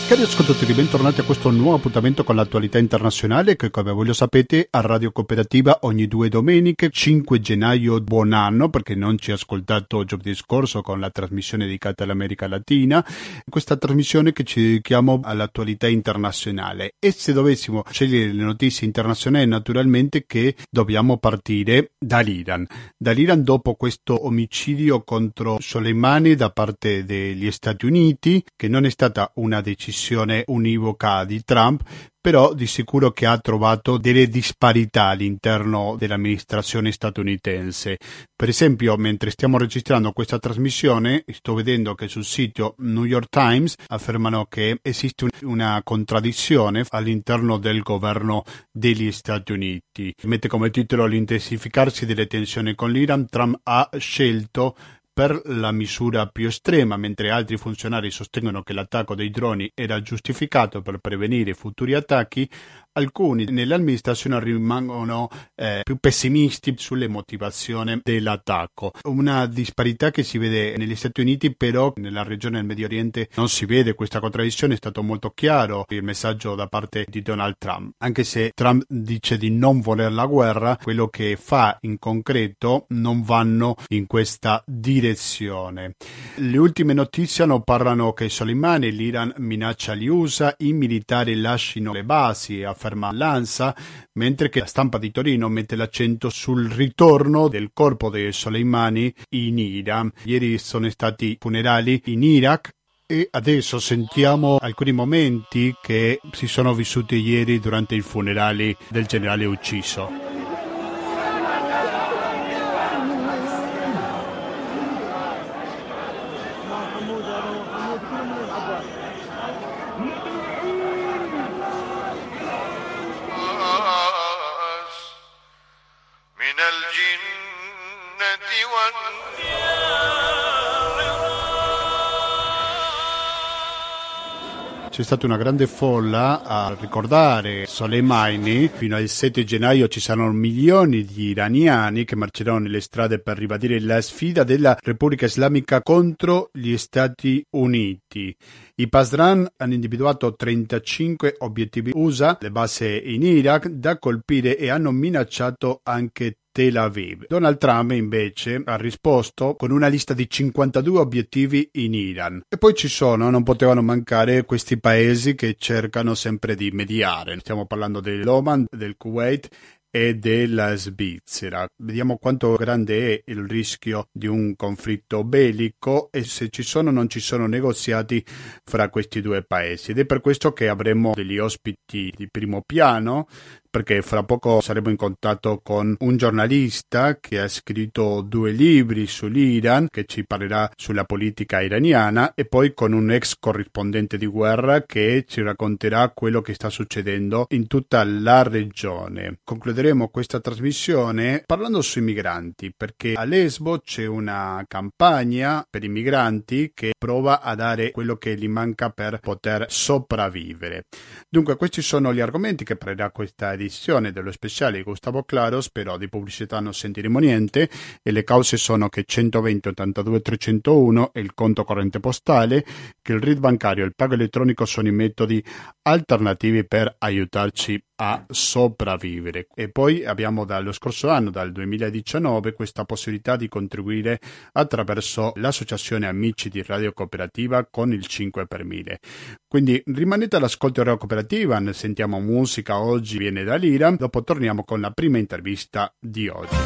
Cari ascoltatori, bentornati a questo nuovo appuntamento con l'attualità internazionale che, come voi lo sapete, a Radio Cooperativa ogni 2 domeniche, 5 gennaio, buon anno, perché non ci ha ascoltato giovedì scorso con la trasmissione dedicata all'America Latina, questa trasmissione che ci dedichiamo all'attualità internazionale. E se dovessimo scegliere le notizie internazionali, naturalmente che dobbiamo partire dall'Iran. Dall'Iran dopo questo omicidio contro Soleimani da parte degli Stati Uniti, che non è stata una decisione univoca di Trump, però di sicuro che ha trovato delle disparità all'interno dell'amministrazione statunitense. Per esempio, mentre stiamo registrando questa trasmissione, sto vedendo che sul sito New York Times affermano che esiste una contraddizione all'interno del governo degli Stati Uniti. Mette come titolo: l'intensificarsi delle tensioni con l'Iran, Trump ha scelto per la misura più estrema, mentre altri funzionari sostengono che l'attacco dei droni era giustificato per prevenire futuri attacchi. Alcuni nell'amministrazione rimangono più pessimisti sulle motivazioni dell'attacco. Una disparità che si vede negli Stati Uniti, però nella regione del Medio Oriente non si vede questa contraddizione. È stato molto chiaro il messaggio da parte di Donald Trump. Anche se Trump dice di non voler la guerra, quello che fa in concreto non vanno in questa direzione. Le ultime notizie parlano che Soleimani, l'Iran minaccia gli USA, i militari lasciano le basi, afferma l'ANSA, mentre che la stampa di Torino mette l'accento sul ritorno del corpo di Soleimani in Iran. Ieri sono stati funerali in Iraq e adesso sentiamo alcuni momenti che si sono vissuti ieri durante i funerali del generale ucciso. C'è stata una grande folla a ricordare Soleimani. Fino al 7 gennaio ci saranno milioni di iraniani che marceranno nelle strade per ribadire la sfida della Repubblica Islamica contro gli Stati Uniti. I Pasdaran hanno individuato 35 obiettivi USA, le basi in Iraq, da colpire e hanno minacciato anche Tel Aviv. Donald Trump invece ha risposto con una lista di 52 obiettivi in Iran. E poi non potevano mancare questi paesi che cercano sempre di mediare. Stiamo parlando dell'Oman, del Kuwait e della Svizzera. Vediamo quanto grande è il rischio di un conflitto bellico e se ci sono o non ci sono negoziati fra questi due paesi. Ed è per questo che avremo degli ospiti di primo piano, perché fra poco saremo in contatto con un giornalista che ha scritto 2 libri sull'Iran, che ci parlerà sulla politica iraniana, e poi con un ex corrispondente di guerra che ci racconterà quello che sta succedendo in tutta la regione. Concluderemo questa trasmissione parlando sui migranti, perché a Lesbo c'è una campagna per i migranti che prova a dare quello che gli manca per poter sopravvivere. Dunque, questi sono gli argomenti che parlerà questa edizione dello speciale di Gustavo Claros, però di pubblicità non sentiremo niente e le cause sono che 120 82 301 è il conto corrente postale, che il RID bancario e il pago elettronico sono i metodi alternativi per aiutarci a sopravvivere. E poi abbiamo dallo scorso anno, dal 2019, questa possibilità di contribuire attraverso l'associazione Amici di Radio Cooperativa con il 5 per 1000. Quindi rimanete all'ascolto di Radio Cooperativa, ne sentiamo musica, oggi viene dall'Iran, dopo torniamo con la prima intervista di oggi.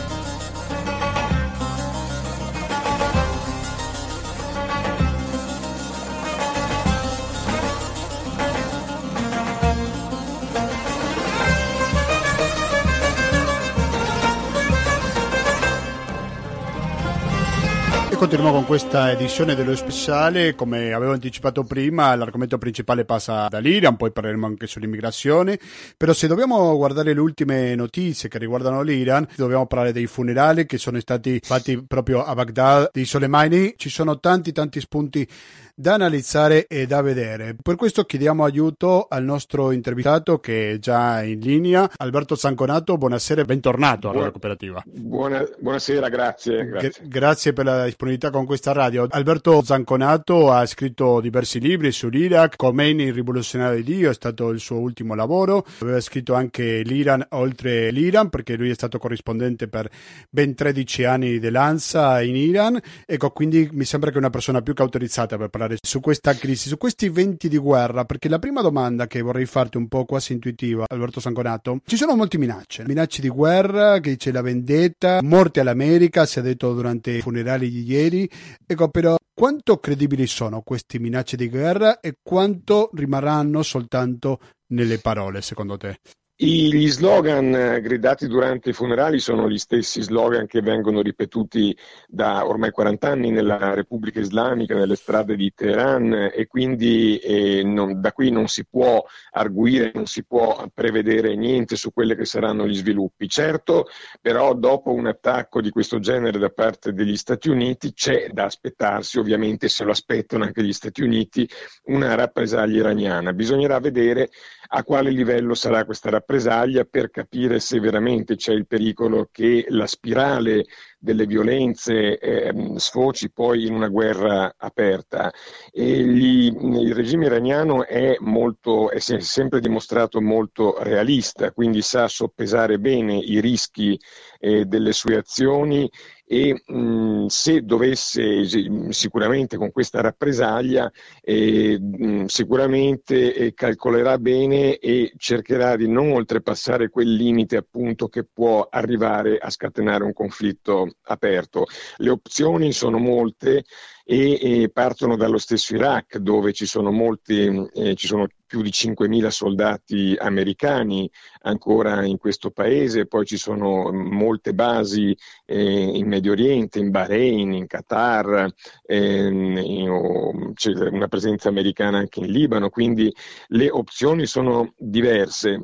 Continuiamo con questa edizione dello speciale. Come avevo anticipato prima, l'argomento principale passa dall'Iran, poi parleremo anche sull'immigrazione, però se dobbiamo guardare le ultime notizie che riguardano l'Iran, dobbiamo parlare dei funerali che sono stati fatti proprio a Baghdad di Soleimani. Ci sono tanti spunti da analizzare e da vedere. Per questo chiediamo aiuto al nostro intervistato che è già in linea, Alberto Zanconato. Buonasera e bentornato alla Cooperativa. Buonasera, grazie. Grazie per la disponibilità con questa radio. Alberto Zanconato ha scritto diversi libri sull'Iraq. Khomeini, il rivoluzionario di Dio, è stato il suo ultimo lavoro. Aveva scritto anche l'Iran oltre l'Iran, perché lui è stato corrispondente per ben 13 anni dell'ANSA in Iran. Ecco, quindi mi sembra che è una persona più che autorizzata per parlare su questa crisi, su questi venti di guerra, perché la prima domanda che vorrei farti, un po' quasi intuitiva, Alberto Zanconato: ci sono molte minacce di guerra, che c'è la vendetta, morte all'America, si è detto durante i funerali di ieri. Ecco, però quanto credibili sono queste minacce di guerra e quanto rimarranno soltanto nelle parole, secondo te? Gli slogan gridati durante i funerali sono gli stessi slogan che vengono ripetuti da ormai 40 anni nella Repubblica Islamica, nelle strade di Teheran, e quindi da qui non si può arguire, non si può prevedere niente su quelli che saranno gli sviluppi. Certo, però dopo un attacco di questo genere da parte degli Stati Uniti c'è da aspettarsi, ovviamente se lo aspettano anche gli Stati Uniti, una rappresaglia iraniana. Bisognerà vedere a quale livello sarà questa rappresaglia per capire se veramente c'è il pericolo che la spirale delle violenze sfoci poi in una guerra aperta. Il regime iraniano si è sempre dimostrato molto realista, quindi sa soppesare bene i rischi delle sue azioni, e se dovesse, sicuramente con questa rappresaglia, sicuramente calcolerà bene e cercherà di non oltrepassare quel limite appunto che può arrivare a scatenare un conflitto aperto. Le opzioni sono molte e partono dallo stesso Iraq, dove ci sono più di 5.000 soldati americani ancora in questo paese, poi ci sono molte basi in Medio Oriente, in Bahrain, in Qatar, c'è una presenza americana anche in Libano, quindi le opzioni sono diverse.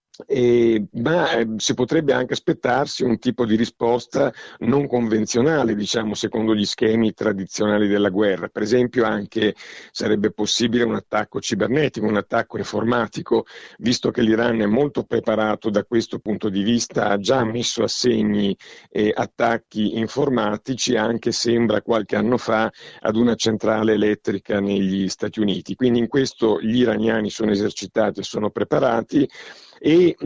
Ma si potrebbe anche aspettarsi un tipo di risposta non convenzionale, diciamo, secondo gli schemi tradizionali della guerra. Per esempio, anche sarebbe possibile un attacco cibernetico, un attacco informatico, visto che l'Iran è molto preparato da questo punto di vista, ha già messo a segni attacchi informatici, anche sembra qualche anno fa, ad una centrale elettrica negli Stati Uniti. Quindi in questo gli iraniani sono esercitati e sono preparati. E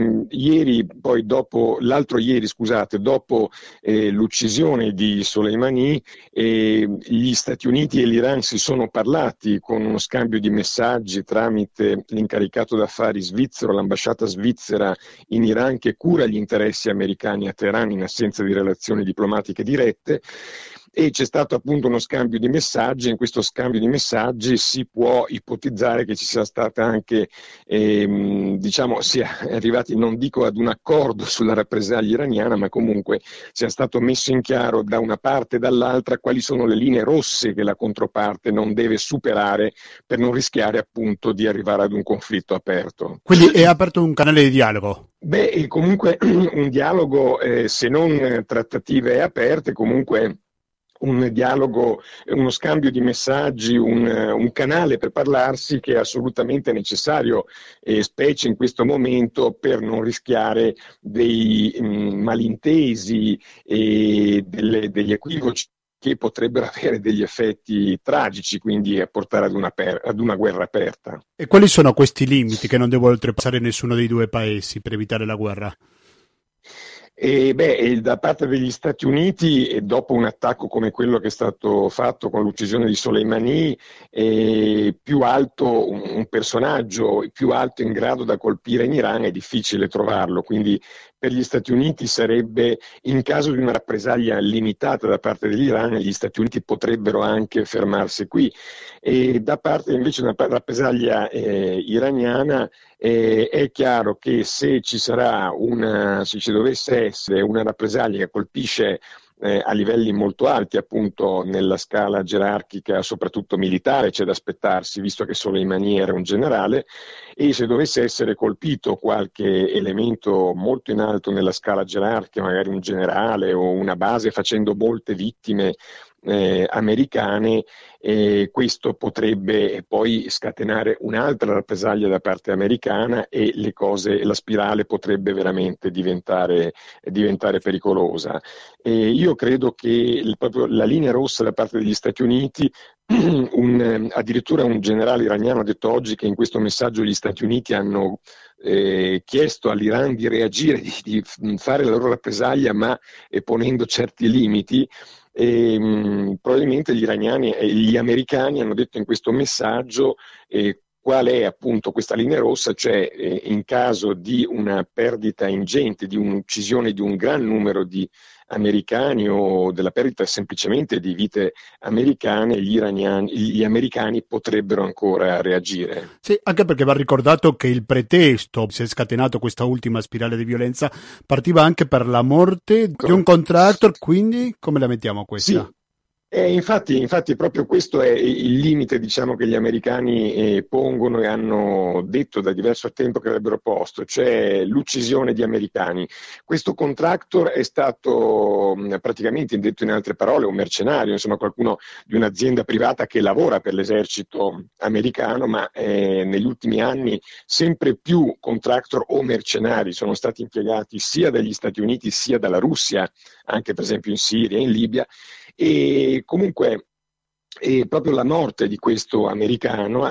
l'altro ieri, dopo l'uccisione di Soleimani, gli Stati Uniti e l'Iran si sono parlati con uno scambio di messaggi tramite l'incaricato d'affari svizzero, l'ambasciata svizzera in Iran, che cura gli interessi americani a Teheran in assenza di relazioni diplomatiche dirette. E c'è stato appunto uno scambio di messaggi. In questo scambio di messaggi si può ipotizzare che ci sia stata anche, si è arrivati, non dico ad un accordo sulla rappresaglia iraniana, ma comunque sia stato messo in chiaro da una parte e dall'altra quali sono le linee rosse che la controparte non deve superare per non rischiare appunto di arrivare ad un conflitto aperto. Quindi è aperto un canale di dialogo? Comunque un dialogo, se non trattative aperte, comunque un dialogo, uno scambio di messaggi, un canale per parlarsi che è assolutamente necessario, specie in questo momento, per non rischiare dei malintesi e degli equivoci che potrebbero avere degli effetti tragici, quindi a portare ad una guerra aperta. E quali sono questi limiti che non deve oltrepassare nessuno dei due paesi per evitare la guerra? Da parte degli Stati Uniti, dopo un attacco come quello che è stato fatto con l'uccisione di Soleimani, più alto un personaggio più alto in grado da colpire in Iran è difficile trovarlo, quindi per gli Stati Uniti sarebbe, in caso di una rappresaglia limitata da parte dell'Iran, gli Stati Uniti potrebbero anche fermarsi qui. E da parte invece di una rappresaglia iraniana, è chiaro che se ci dovesse essere una rappresaglia che colpisce a livelli molto alti, appunto nella scala gerarchica, soprattutto militare, c'è da aspettarsi, visto che Soleimani era un generale, e se dovesse essere colpito qualche elemento molto in alto nella scala gerarchica, magari un generale o una base facendo molte vittime americane, e questo potrebbe poi scatenare un'altra rappresaglia da parte americana e la spirale potrebbe veramente diventare pericolosa. Io credo che proprio la linea rossa da parte degli Stati Uniti, addirittura un generale iraniano ha detto oggi che in questo messaggio gli Stati Uniti hanno chiesto all'Iran di reagire, di fare la loro rappresaglia, ma ponendo certi limiti. Probabilmente gli iraniani e gli americani hanno detto in questo messaggio qual è appunto questa linea rossa, cioè in caso di una perdita ingente, di un'uccisione di un gran numero di americani o della perdita semplicemente di vite americane, gli americani potrebbero ancora reagire. Sì, anche perché va ricordato che il pretesto, si è scatenato questa ultima spirale di violenza, partiva anche per la morte di un contractor, quindi come la mettiamo questa? Sì. Infatti proprio questo è il limite, diciamo, che gli americani pongono e hanno detto da diverso tempo che avrebbero posto, cioè l'uccisione di americani. Questo contractor è stato praticamente, detto in altre parole, un mercenario, insomma qualcuno di un'azienda privata che lavora per l'esercito americano, ma negli ultimi anni sempre più contractor o mercenari sono stati impiegati sia dagli Stati Uniti sia dalla Russia, anche per esempio in Siria e in Libia. E comunque proprio la morte di questo americano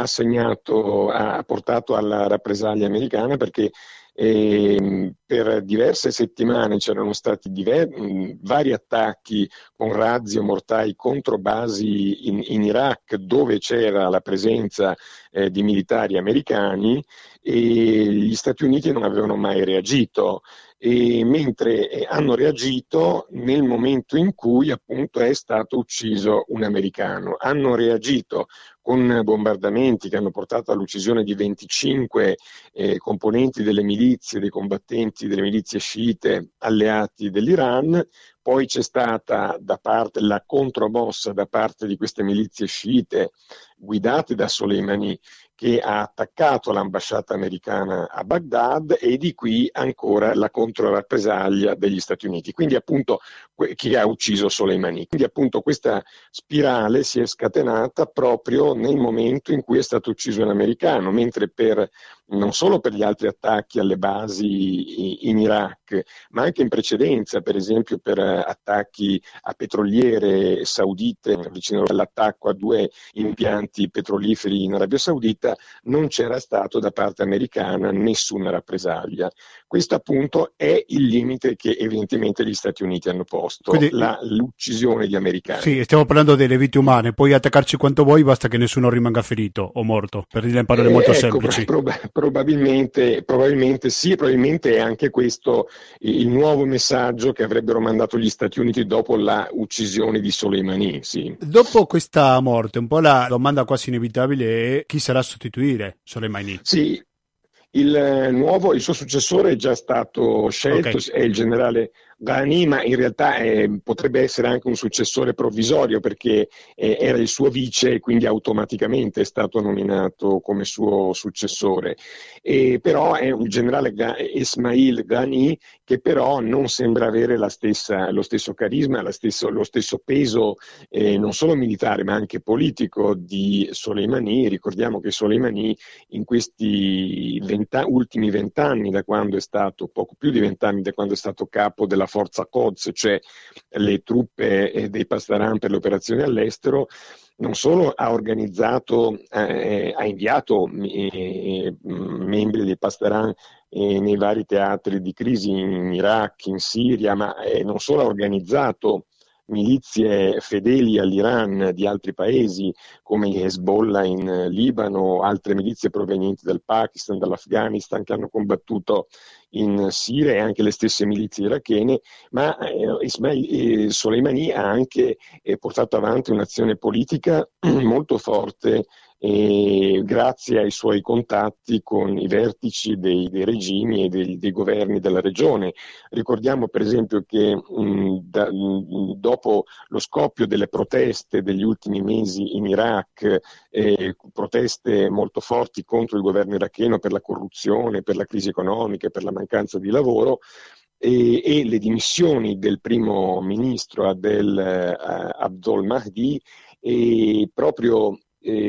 ha portato alla rappresaglia americana, perché per diverse settimane c'erano stati vari attacchi con razzi o mortai contro basi in Iraq, dove c'era la presenza di militari americani, e gli Stati Uniti non avevano mai reagito. Mentre hanno reagito nel momento in cui appunto è stato ucciso un americano. Hanno reagito con bombardamenti che hanno portato all'uccisione di 25 componenti delle milizie, dei combattenti delle milizie sciite alleati dell'Iran. Poi c'è stata la contromossa da parte di queste milizie sciite guidate da Soleimani, che ha attaccato l'ambasciata americana a Baghdad, e di qui ancora la controrappresaglia degli Stati Uniti, quindi appunto chi ha ucciso Soleimani. Quindi appunto questa spirale si è scatenata proprio nel momento in cui è stato ucciso un americano, mentre non solo per gli altri attacchi alle basi in Iraq, ma anche in precedenza, per esempio per attacchi a petroliere saudite, vicino all'attacco a 2 impianti petroliferi in Arabia Saudita, non c'era stato da parte americana nessuna rappresaglia. Questo appunto è il limite che evidentemente gli Stati Uniti hanno posto, Quindi, l'uccisione di americani. Sì, stiamo parlando delle vite umane, puoi attaccarci quanto vuoi, basta che nessuno rimanga ferito o morto, per dire in parole molto semplici. Probabilmente sì, probabilmente è anche questo il nuovo messaggio che avrebbero mandato gli Stati Uniti dopo la uccisione di Soleimani. Sì. Dopo questa morte, un po' la domanda quasi inevitabile è chi sarà a sostituire Soleimani? Sì, il suo successore è già stato scelto, Okay. è il generale Ghani, ma in realtà potrebbe essere anche un successore provvisorio, perché era il suo vice e quindi automaticamente è stato nominato come suo successore. Però è un generale Ismail Ghani, che però non sembra avere lo stesso carisma, lo stesso peso non solo militare ma anche politico di Soleimani. Ricordiamo che Soleimani in questi ultimi 20 anni, da quando è stato, poco più di 20 anni da quando è stato capo della forza Quds, cioè le truppe dei Pasdaran per le operazioni all'estero, non solo ha organizzato, ha inviato membri dei Pasdaran nei vari teatri di crisi in Iraq, in Siria, ma non solo ha organizzato milizie fedeli all'Iran di altri paesi come gli Hezbollah in Libano, altre milizie provenienti dal Pakistan, dall'Afghanistan, che hanno combattuto in Siria, e anche le stesse milizie irachene, ma Soleimani ha anche portato avanti un'azione politica molto forte grazie ai suoi contatti con i vertici dei regimi e dei governi della regione. Ricordiamo per esempio che dopo lo scoppio delle proteste degli ultimi mesi in Iraq, proteste molto forti contro il governo iracheno per la corruzione, per la crisi economica, per la mancanza di lavoro, e le dimissioni del primo ministro Adel Abdol Mahdi, e proprio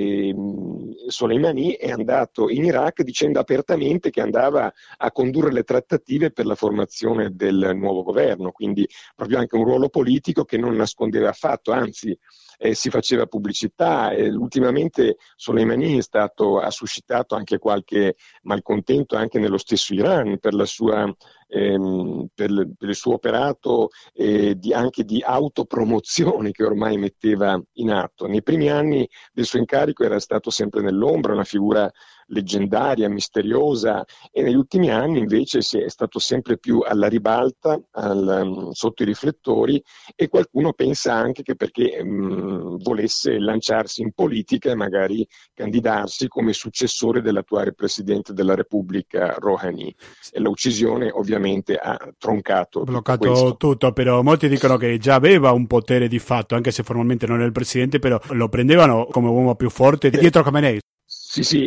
Soleimani è andato in Iraq dicendo apertamente che andava a condurre le trattative per la formazione del nuovo governo, quindi proprio anche un ruolo politico che non nascondeva affatto, anzi si faceva pubblicità. Ultimamente Soleimani ha suscitato anche qualche malcontento anche nello stesso Iran per la sua per il suo operato anche di autopromozione che ormai metteva in atto. Nei primi anni del suo incarico era stato sempre nell'ombra, una figura leggendaria, misteriosa, e negli ultimi anni invece è stato sempre più alla ribalta, sotto i riflettori, e qualcuno pensa anche che perché volesse lanciarsi in politica e magari candidarsi come successore dell'attuale presidente della Repubblica Rouhani. E l'uccisione ovviamente ha troncato bloccato tutto, però molti dicono che già aveva un potere di fatto, anche se formalmente non era il presidente, però lo prendevano come uomo più forte dietro Khamenei. Sì,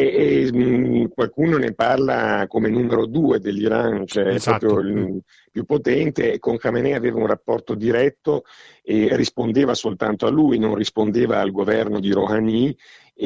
e qualcuno ne parla come numero 2 dell'Iran, cioè esatto. Proprio il più potente, e con Khamenei aveva un rapporto diretto e rispondeva soltanto a lui, non rispondeva al governo di Rouhani,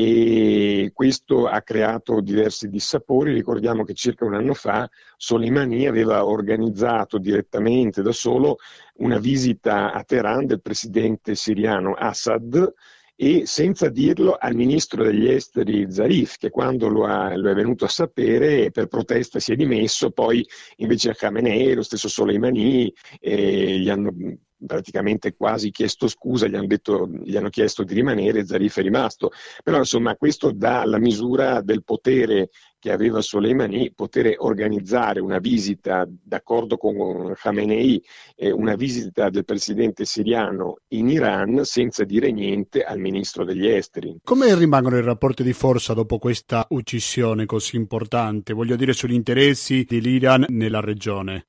e questo ha creato diversi dissapori. Ricordiamo che circa un anno fa Soleimani aveva organizzato direttamente da solo una visita a Teheran del presidente siriano Assad, e senza dirlo al ministro degli esteri Zarif, che quando lo è venuto a sapere per protesta si è dimesso. Poi invece a Khamenei, lo stesso Soleimani, gli hanno praticamente quasi chiesto scusa, gli hanno chiesto di rimanere, Zarif è rimasto. Però insomma questo dà la misura del potere che aveva Soleimani, poter organizzare una visita, d'accordo con Khamenei, una visita del presidente siriano in Iran senza dire niente al ministro degli esteri. Come rimangono i rapporti di forza dopo questa uccisione così importante? Voglio dire, sugli interessi dell'Iran nella regione.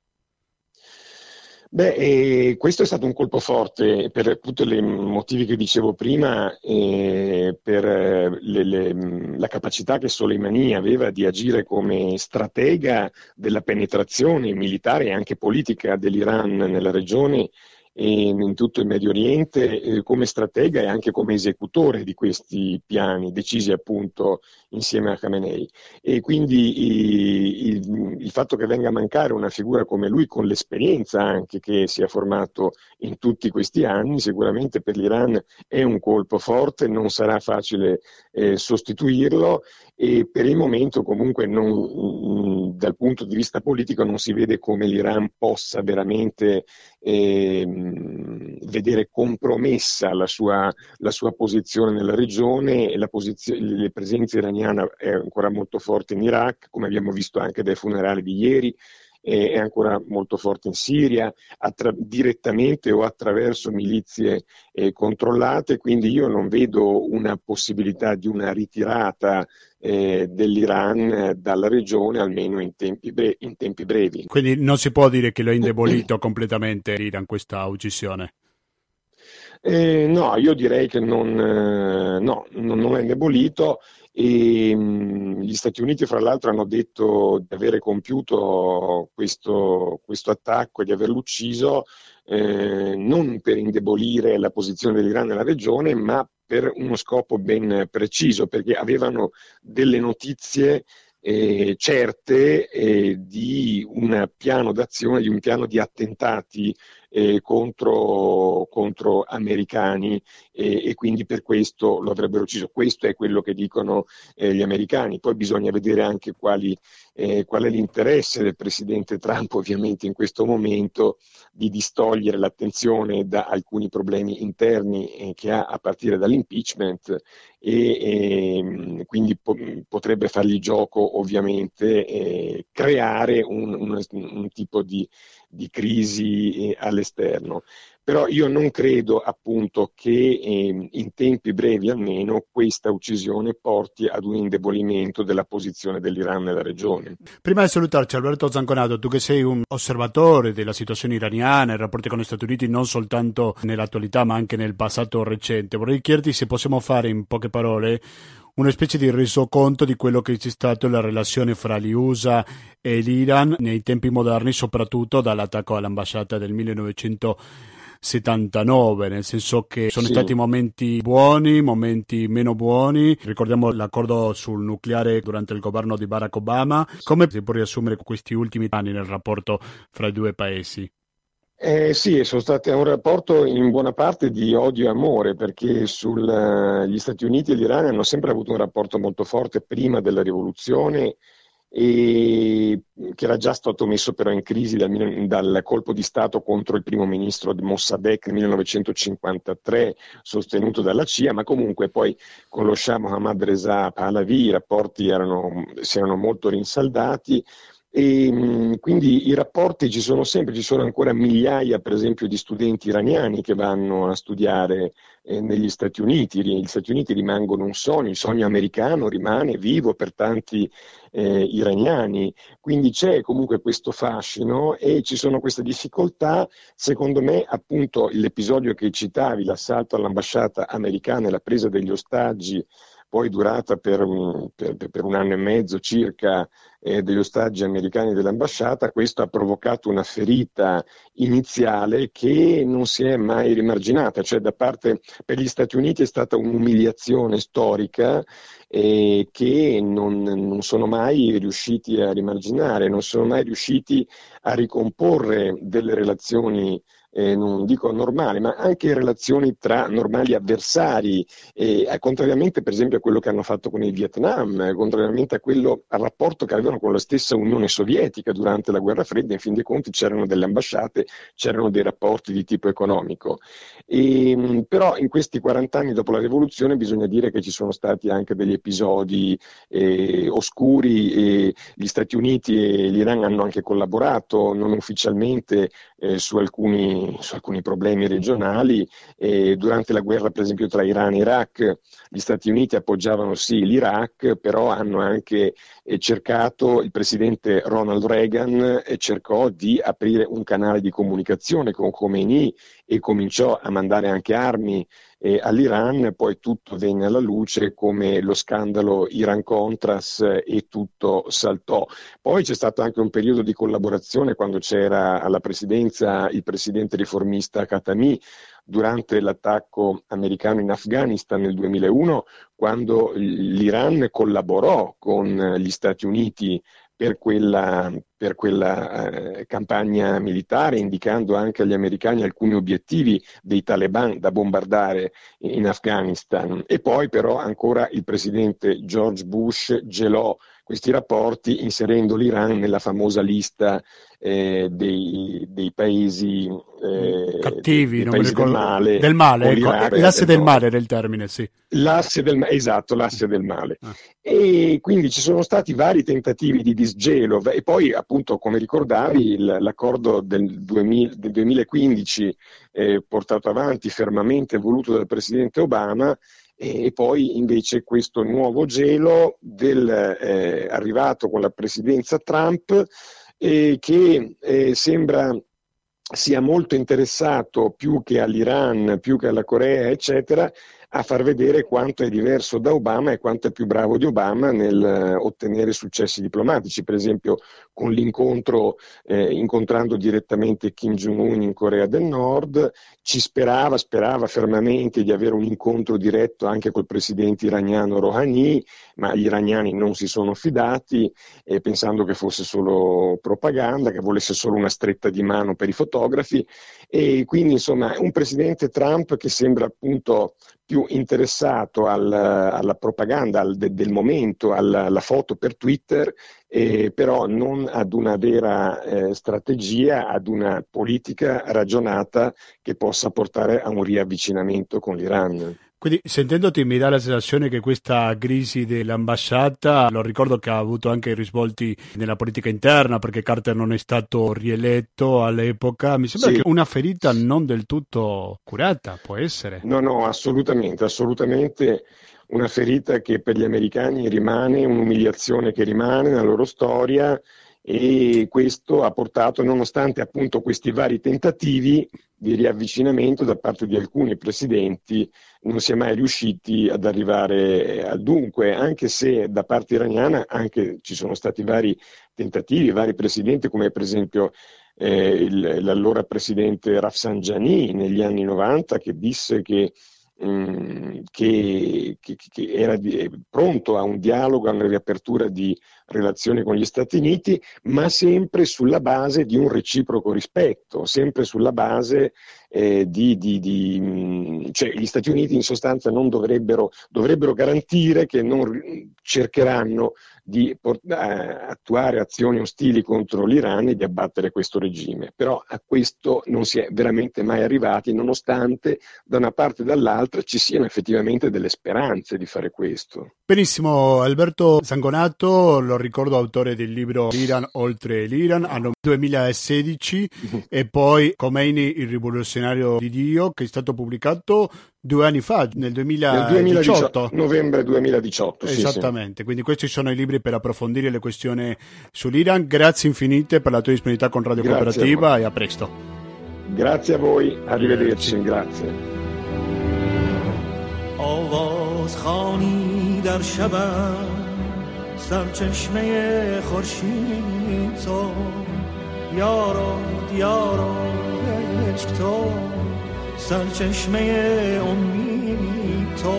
Questo è stato un colpo forte per tutti i motivi che dicevo prima, per la capacità che Soleimani aveva di agire come stratega della penetrazione militare e anche politica dell'Iran nella regione e in tutto il Medio Oriente, come stratega e anche come esecutore di questi piani decisi appunto insieme a Khamenei. E quindi il fatto che venga a mancare una figura come lui, con l'esperienza anche che si è formato in tutti questi anni, sicuramente per l'Iran è un colpo forte, non sarà facile sostituirlo, e per il momento comunque dal punto di vista politico non si vede come l'Iran possa veramente vedere compromessa la sua posizione nella regione, e la presenza iraniana è ancora molto forte in Iraq, come abbiamo visto anche dai funerali di ieri, è ancora molto forte in Siria, direttamente o attraverso milizie controllate, quindi io non vedo una possibilità di una ritirata dell'Iran dalla regione, almeno in tempi brevi. Quindi non si può dire che lo ha indebolito completamente l'Iran questa uccisione? No, io direi che non è indebolito, e gli Stati Uniti fra l'altro hanno detto di avere compiuto questo attacco e di averlo ucciso non per indebolire la posizione dell'Iran nella regione, ma per uno scopo ben preciso, perché avevano delle notizie certe di un piano d'azione, di un piano di attentati contro americani, e quindi per questo lo avrebbero ucciso. Questo è quello che dicono gli americani. Poi bisogna vedere anche qual è l'interesse del presidente Trump, ovviamente in questo momento, di distogliere l'attenzione da alcuni problemi interni che ha a partire dall'impeachment, e quindi potrebbe fargli gioco ovviamente creare un tipo di crisi all'esterno. Però io non credo appunto che in tempi brevi almeno questa uccisione porti ad un indebolimento della posizione dell'Iran nella regione. Prima di salutarci, Alberto Zanconato, tu che sei un osservatore della situazione iraniana e i rapporti con gli Stati Uniti non soltanto nell'attualità ma anche nel passato recente, vorrei chiederti se possiamo fare in poche parole una specie di resoconto di quello che c'è stato la relazione fra gli USA e l'Iran nei tempi moderni, soprattutto dall'attacco all'ambasciata del 1979, nel senso che sono stati momenti buoni, momenti meno buoni. Ricordiamo l'accordo sul nucleare durante il governo di Barack Obama. Come si può riassumere questi ultimi anni nel rapporto fra i due paesi? Sì, sono stati un rapporto in buona parte di odio e amore, perché gli Stati Uniti e l'Iran hanno sempre avuto un rapporto molto forte prima della rivoluzione, e che era già stato messo però in crisi dal colpo di Stato contro il primo ministro Mossadegh nel 1953, sostenuto dalla CIA, ma comunque poi con lo Shah Mohammad Reza Pahlavi i rapporti si erano molto rinsaldati. E quindi i rapporti ci sono sempre, ci sono ancora migliaia per esempio di studenti iraniani che vanno a studiare negli Stati Uniti. Gli Stati Uniti rimangono un sogno, il sogno americano rimane vivo per tanti iraniani, quindi c'è comunque questo fascino e ci sono queste difficoltà. Secondo me appunto l'episodio che citavi, l'assalto all'ambasciata americana e la presa degli ostaggi, poi durata per un anno e mezzo circa, degli ostaggi americani dell'ambasciata, questo ha provocato una ferita iniziale che non si è mai rimarginata, cioè per gli Stati Uniti è stata un'umiliazione storica che non sono mai riusciti a rimarginare, non sono mai riusciti a ricomporre delle relazioni non dico normali, ma anche relazioni tra normali avversari, contrariamente per esempio a quello che hanno fatto con il Vietnam, contrariamente al rapporto che avevano con la stessa Unione Sovietica durante la Guerra Fredda. In fin dei conti c'erano delle ambasciate, c'erano dei rapporti di tipo economico. Però in questi 40 anni dopo la rivoluzione bisogna dire che ci sono stati anche degli episodi oscuri, e gli Stati Uniti e l'Iran hanno anche collaborato non ufficialmente su alcuni problemi regionali. Durante la guerra per esempio tra Iran e Iraq gli Stati Uniti appoggiavano sì l'Iraq, però hanno anche cercato, il presidente Ronald Reagan cercò di aprire un canale di comunicazione con Khomeini e cominciò a mandare anche armi all'Iran. Poi tutto venne alla luce come lo scandalo Iran-Contras e tutto saltò. Poi c'è stato anche un periodo di collaborazione quando c'era alla presidenza il presidente riformista Khatami, durante l'attacco americano in Afghanistan nel 2001, quando l'Iran collaborò con gli Stati Uniti per quella campagna militare, indicando anche agli americani alcuni obiettivi dei talebani da bombardare in Afghanistan. E poi però ancora il presidente George Bush gelò questi rapporti inserendo l'Iran nella famosa lista dei paesi cattivi, non mi paesi ricordo, del male, ecco, l'asse del male era il termine, sì. L'asse del male. E quindi ci sono stati vari tentativi di disgelo, e poi appunto, come ricordavi, l'accordo del 2015 portato avanti fermamente, voluto dal presidente Obama, e poi invece questo nuovo gelo arrivato con la presidenza Trump, che sembra sia molto interessato più che all'Iran, più che alla Corea, eccetera, a far vedere quanto è diverso da Obama e quanto è più bravo di Obama nel ottenere successi diplomatici. Per esempio con incontrando direttamente Kim Jong-un in Corea del Nord, sperava fermamente di avere un incontro diretto anche col presidente iraniano Rouhani, ma gli iraniani non si sono fidati, pensando che fosse solo propaganda, che volesse solo una stretta di mano per i fotografi. E quindi insomma un presidente Trump che sembra appunto più interessato alla propaganda del momento, alla foto per Twitter, però non ad una vera strategia, ad una politica ragionata che possa portare a un riavvicinamento con l'Iran. Quindi sentendoti mi dà la sensazione che questa crisi dell'ambasciata, lo ricordo che ha avuto anche risvolti nella politica interna, perché Carter non è stato rieletto all'epoca, mi sembra che una ferita non del tutto curata, può essere? No, assolutamente una ferita che per gli americani rimane, un'umiliazione che rimane nella loro storia, e questo ha portato, nonostante appunto questi vari tentativi di riavvicinamento da parte di alcuni presidenti, non si è mai riusciti ad arrivare a dunque, anche se da parte iraniana anche ci sono stati vari tentativi, vari presidenti, come per esempio l'allora presidente Rafsanjani negli anni 90, che disse che era pronto a un dialogo, a una riapertura di relazioni con gli Stati Uniti, ma sempre sulla base di un reciproco rispetto, sempre sulla base cioè gli Stati Uniti in sostanza non dovrebbero garantire che non cercheranno di attuare azioni ostili contro l'Iran e di abbattere questo regime. Però a questo non si è veramente mai arrivati, nonostante da una parte e dall'altra ci siano effettivamente delle speranze di fare questo. Benissimo, Alberto Zangonato, lo ricordo autore del libro L'Iran oltre l'Iran, anno 2016, e poi Khomeini, il rivoluzionario di Dio, che è stato pubblicato 2 anni fa, nel 2018. Novembre 2018. Esattamente, sì. Quindi questi sono i libri per approfondire le questioni sull'Iran. Grazie infinite per la tua disponibilità con Radio Cooperativa e a presto. Grazie a voi, arrivederci, grazie. آواز خوانی در شبم سرچشمه خورشید تو یارا دیارا عشق تو سرچشمه امید تو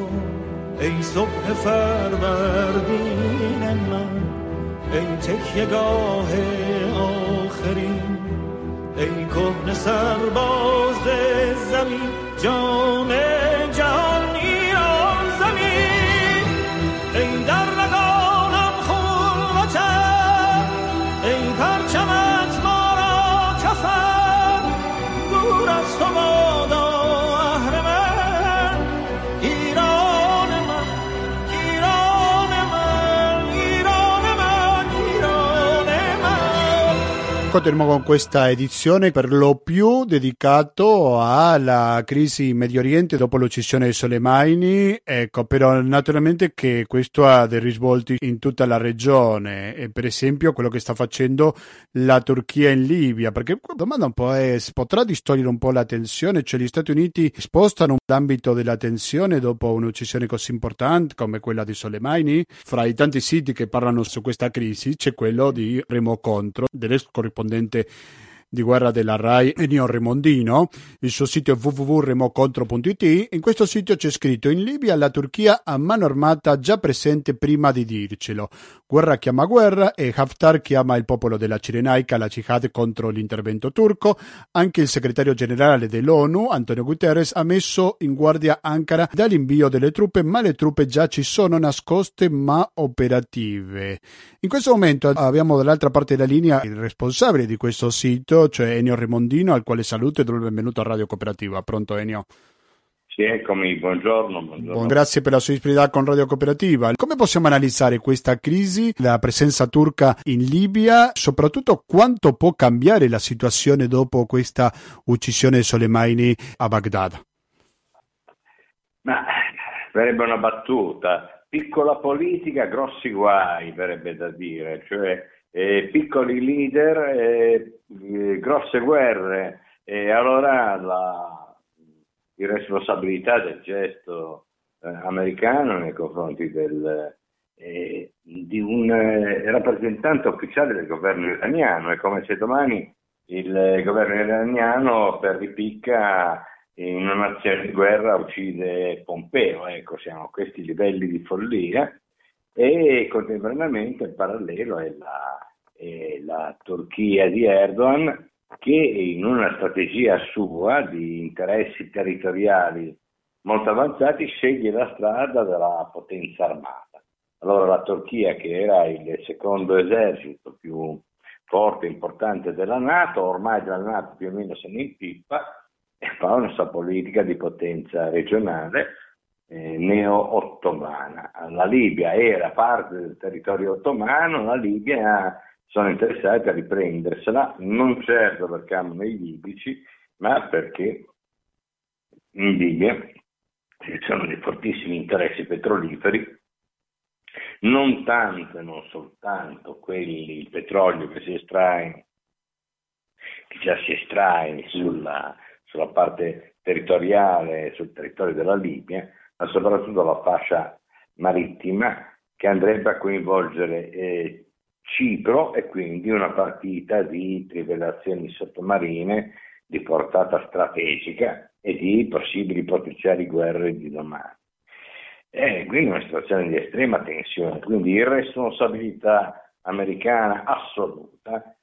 ای صبح فروردین من ای تکیه‌گاه آخرین ای کهنه سرباز زمین جان جهان ایران زمین ای در رگانم خون وطن ای پرچمت ما را کفن دور از تو بادا اهرمن ایران من ایران من ایران من ایران من. Continuiamo con questa edizione per lo più dedicato alla crisi in Medio Oriente dopo l'uccisione di Soleimani. Ecco, però naturalmente che questo ha dei risvolti in tutta la regione, e per esempio quello che sta facendo la Turchia in Libia, perché la domanda un po' è: potrà distogliere un po' la tensione? Cioè gli Stati Uniti spostano l'ambito della tensione dopo un'uccisione così importante come quella di Soleimani? Fra i tanti siti che parlano su questa crisi c'è quello di Remo Contro, dell'ex corrispondente di guerra della RAI Ennio Remondino. Il suo sito è www.remocontro.it. In questo sito c'è scritto: in Libia la Turchia a mano armata già presente prima di dircelo. Guerra chiama guerra e Haftar chiama il popolo della Cirenaica alla jihad contro l'intervento turco. Anche il segretario generale dell'ONU, Antonio Guterres, ha messo in guardia Ankara dall'invio delle truppe, ma le truppe già ci sono, nascoste ma operative. In questo momento abbiamo dall'altra parte della linea il responsabile di questo sito, cioè Ennio Remondino, al quale saluto e do il benvenuto a Radio Cooperativa. Pronto, Ennio? Sì, eccomi, buongiorno. Grazie per la sua disponibilità con Radio Cooperativa. Come possiamo analizzare questa crisi, la presenza turca in Libia, soprattutto quanto può cambiare la situazione dopo questa uccisione di Soleimani a Baghdad? Ma verrebbe una battuta: piccola politica, grossi guai, verrebbe da dire, cioè piccoli leader, grosse guerre, e allora la irresponsabilità del gesto americano nei confronti di un rappresentante ufficiale del governo iraniano. È come se domani il governo iraniano per ripicca in un'azione di guerra uccide Pompeo. Ecco, siamo a questi livelli di follia. E contemporaneamente il parallelo è la Turchia di Erdogan, che in una strategia sua di interessi territoriali molto avanzati sceglie la strada della potenza armata. Allora la Turchia, che era il secondo esercito più forte e importante della NATO, ormai dalla NATO più o meno se ne impippa e fa una sua politica di potenza regionale neo-ottomana. La Libia era parte del territorio ottomano, la Libia sono interessati a riprendersela, non certo perché amano i libici, ma perché in Libia ci sono dei fortissimi interessi petroliferi non tanto e non soltanto il petrolio che già si estrae sulla parte territoriale, sul territorio della Libia, ma soprattutto la fascia marittima che andrebbe a coinvolgere Cipro, e quindi una partita di trivellazioni sottomarine di portata strategica e di possibili potenziali guerre di domani. Quindi una situazione di estrema tensione, quindi irresponsabilità americana assoluta.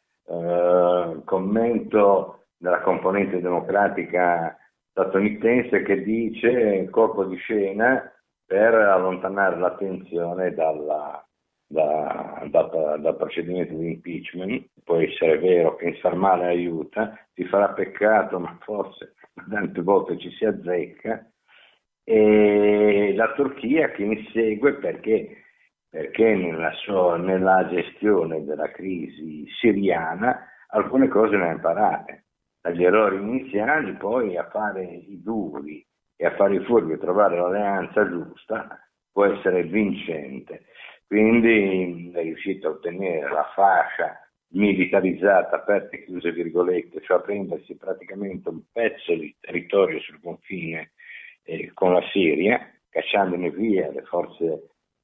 Commento della componente democratica statunitense che dice colpo di scena per allontanare l'attenzione dal procedimento di impeachment. Può essere vero che in male aiuta, si farà peccato, ma forse tante volte ci si azzecca, e la Turchia che insegue perché nella gestione della crisi siriana alcune cose le ha imparate, dagli errori iniziali poi a fare i duri e a fare i furbi, trovare l'alleanza giusta può essere vincente. Quindi è riuscito a ottenere la fascia militarizzata, aperte e chiuse virgolette, cioè a prendersi praticamente un pezzo di territorio sul confine con la Siria, cacciandone via le forze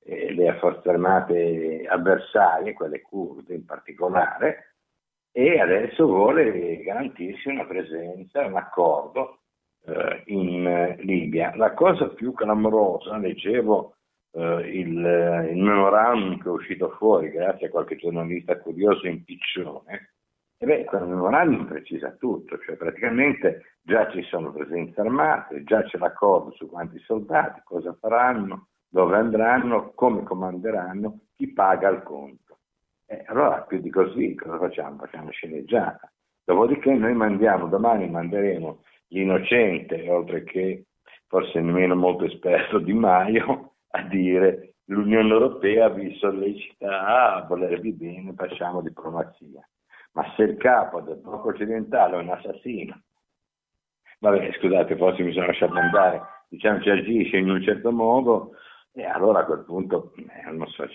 armate avversarie, quelle kurde in particolare, e adesso vuole garantirsi una presenza, un accordo in Libia. La cosa più clamorosa, leggevo il memorandum che è uscito fuori grazie a qualche giornalista curioso in piccione, quel memorandum precisa tutto, cioè praticamente già ci sono presenze armate, già c'è l'accordo su quanti soldati, cosa faranno, dove andranno, come comanderanno, chi paga il conto. Allora più di così cosa facciamo? Facciamo sceneggiata. Dopodiché noi domani manderemo l'innocente, oltre che forse nemmeno molto esperto Di Maio, a dire l'Unione Europea vi sollecita a volervi bene, facciamo diplomazia. Ma se il capo del blocco occidentale è un assassino, vabbè, scusate, forse mi sono lasciato andare, diciamo ci agisce in un certo modo, e allora a quel punto non so,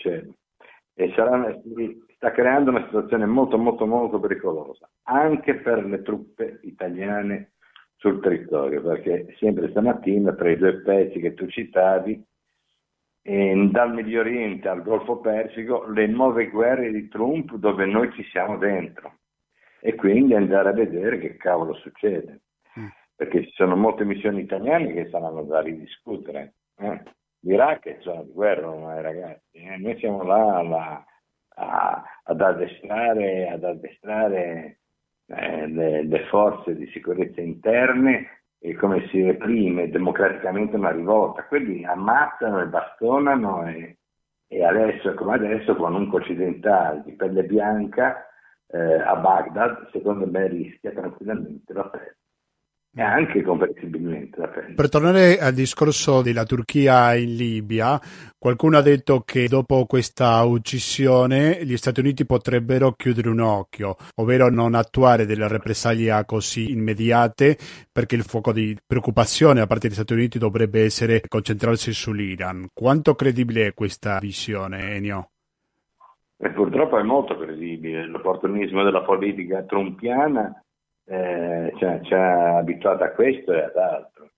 sta creando una situazione molto molto molto pericolosa anche per le truppe italiane sul territorio, perché sempre stamattina tra i due pezzi che tu citavi, dal Medio Oriente al Golfo Persico, le nuove guerre di Trump dove noi ci siamo dentro, e quindi andare a vedere che cavolo succede, perché ci sono molte missioni italiane che saranno da ridiscutere. L'Iraq è zona di guerra ormai, ragazzi, noi siamo là ad addestrare le forze di sicurezza interne e come si reprime democraticamente una rivolta. Quelli ammazzano e bastonano, e adesso, come adesso, qualunque occidentale di pelle bianca a Baghdad, secondo me, rischia tranquillamente la pelle. E anche comprensibilmente la pelle. Per tornare al discorso della Turchia in Libia, qualcuno ha detto che dopo questa uccisione gli Stati Uniti potrebbero chiudere un occhio, ovvero non attuare delle represaglie così immediate, perché il fuoco di preoccupazione da parte degli Stati Uniti dovrebbe essere concentrarsi sull'Iran. Quanto credibile è questa visione, Ennio? Purtroppo è molto credibile. L'opportunismo della politica trumpiana ci ha abituato a questo e ad altro.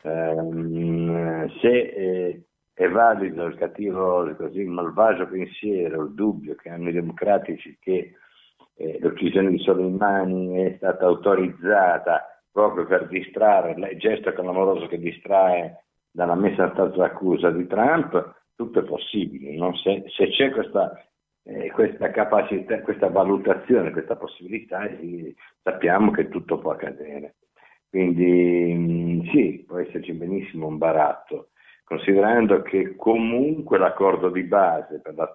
Se è valido il cattivo, così, il malvagio pensiero, il dubbio che hanno i democratici che l'uccisione di Soleimani è stata autorizzata proprio per distrarre, il gesto clamoroso che distrae dalla messa in stato d'accusa di Trump, tutto è possibile, no? Se c'è questa capacità, questa valutazione, questa possibilità, sappiamo che tutto può accadere. Quindi sì, può esserci benissimo un baratto, considerando che comunque l'accordo di base per la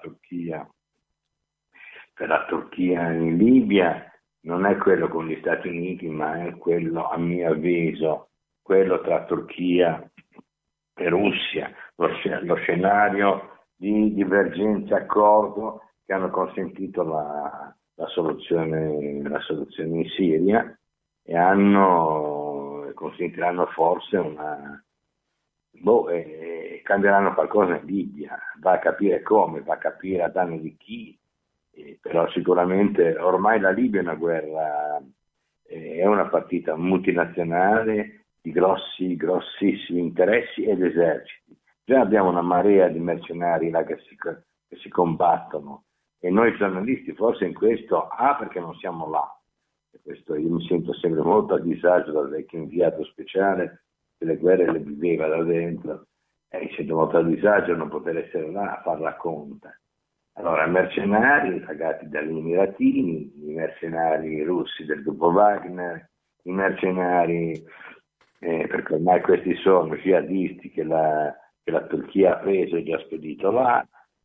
Turchia in Libia non è quello con gli Stati Uniti, ma è quello, a mio avviso, quello tra Turchia e Russia, lo scenario di divergenza accordo che hanno consentito la soluzione in Siria, e consentiranno forse cambieranno qualcosa in Libia, va a capire come, va a capire a danno di chi, però sicuramente ormai la Libia è una guerra, è una partita multinazionale di grossissimi interessi ed eserciti. Già abbiamo una marea di mercenari là che si combattono, e noi giornalisti forse in questo, perché non siamo là, e questo io mi sento sempre molto a disagio dal vecchio inviato speciale che le guerre le viveva da dentro, e mi sento molto a disagio non poter essere là a far la conta. Allora, mercenari pagati dagli Emiratini, i mercenari russi del gruppo Wagner, i mercenari, perché ormai questi sono jihadisti che la Turchia ha preso e già spedito là,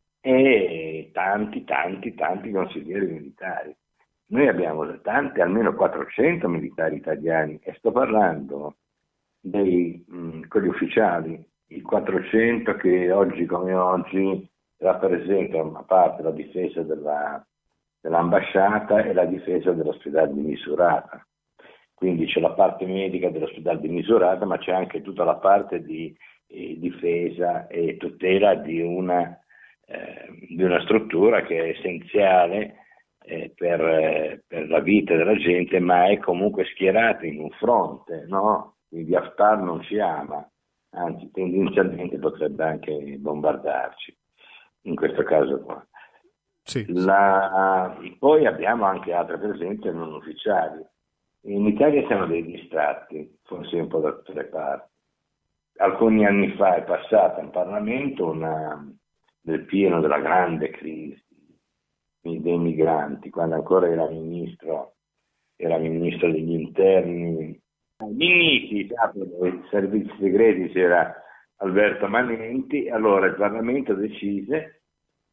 e tanti consiglieri militari. Noi abbiamo tanti, almeno 400 militari italiani, e sto parlando quelli ufficiali, i 400 che oggi come oggi rappresentano a parte la difesa dell'ambasciata e la difesa dell'ospedale di Misurata. Quindi c'è la parte medica dell'ospedale di Misurata, ma c'è anche tutta la parte di difesa e tutela di una struttura che è essenziale per la vita della gente, ma è comunque schierata in un fronte, no? Quindi Haftar non ci ama, anzi tendenzialmente potrebbe anche bombardarci, in questo caso qua. Sì. Poi abbiamo anche altre presenze non ufficiali. In Italia siamo dei distratti, forse un po' da tutte le parti. Alcuni anni fa è passata in Parlamento nel pieno della grande crisi dei migranti, quando ancora era ministro degli interni, dei servizi segreti c'era Alberto Manenti. Allora il Parlamento decise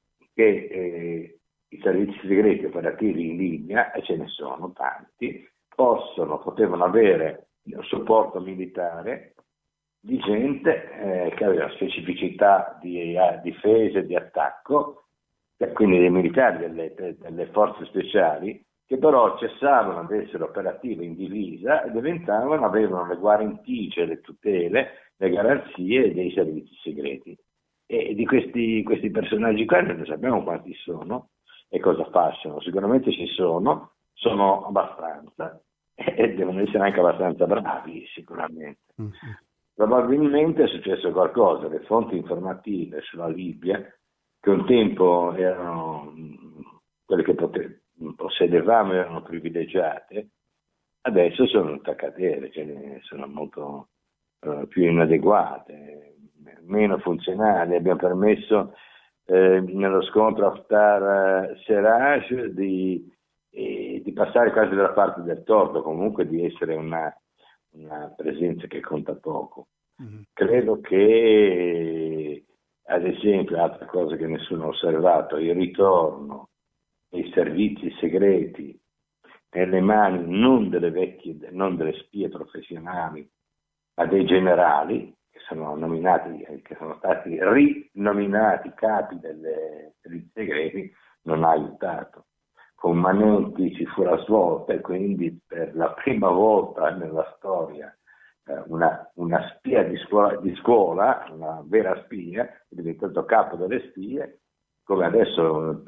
che i servizi segreti operativi in Libia, e ce ne sono tanti, potevano avere un supporto militare di gente che aveva specificità di difesa e di attacco, quindi dei militari delle forze speciali, che però cessavano di essere operative in divisa e avevano le guarentigie, le tutele, le garanzie dei servizi segreti. E di questi personaggi qua non sappiamo quanti sono e cosa facciano. Sicuramente ci sono abbastanza e devono essere anche abbastanza bravi, sicuramente. Mm-hmm. Probabilmente è successo qualcosa. Le fonti informative sulla Libia, che un tempo erano quelle che possedevamo, erano privilegiate, adesso sono attaccate, sono molto più inadeguate, meno funzionali. Abbiamo permesso nello scontro Haftar-Serraj di passare quasi dalla parte del torto, comunque di essere una presenza che conta poco. Mm-hmm. Credo che, ad esempio, altra cosa che nessuno ha osservato, il ritorno dei servizi segreti nelle mani non delle spie professionali, ma dei generali che sono stati rinominati capi delle servizi segreti, non ha aiutato. Con Manenti ci fu la svolta, e quindi per la prima volta nella storia una spia di scuola, una vera spia, è diventato capo delle spie, come adesso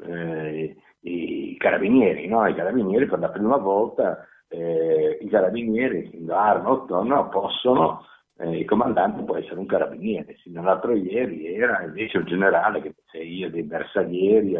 i carabinieri, no? I carabinieri per la prima volta, i carabinieri da arma autonoma possono, il comandante può essere un carabiniere, sino all'altro ieri era invece un generale, che sei io dei bersaglieri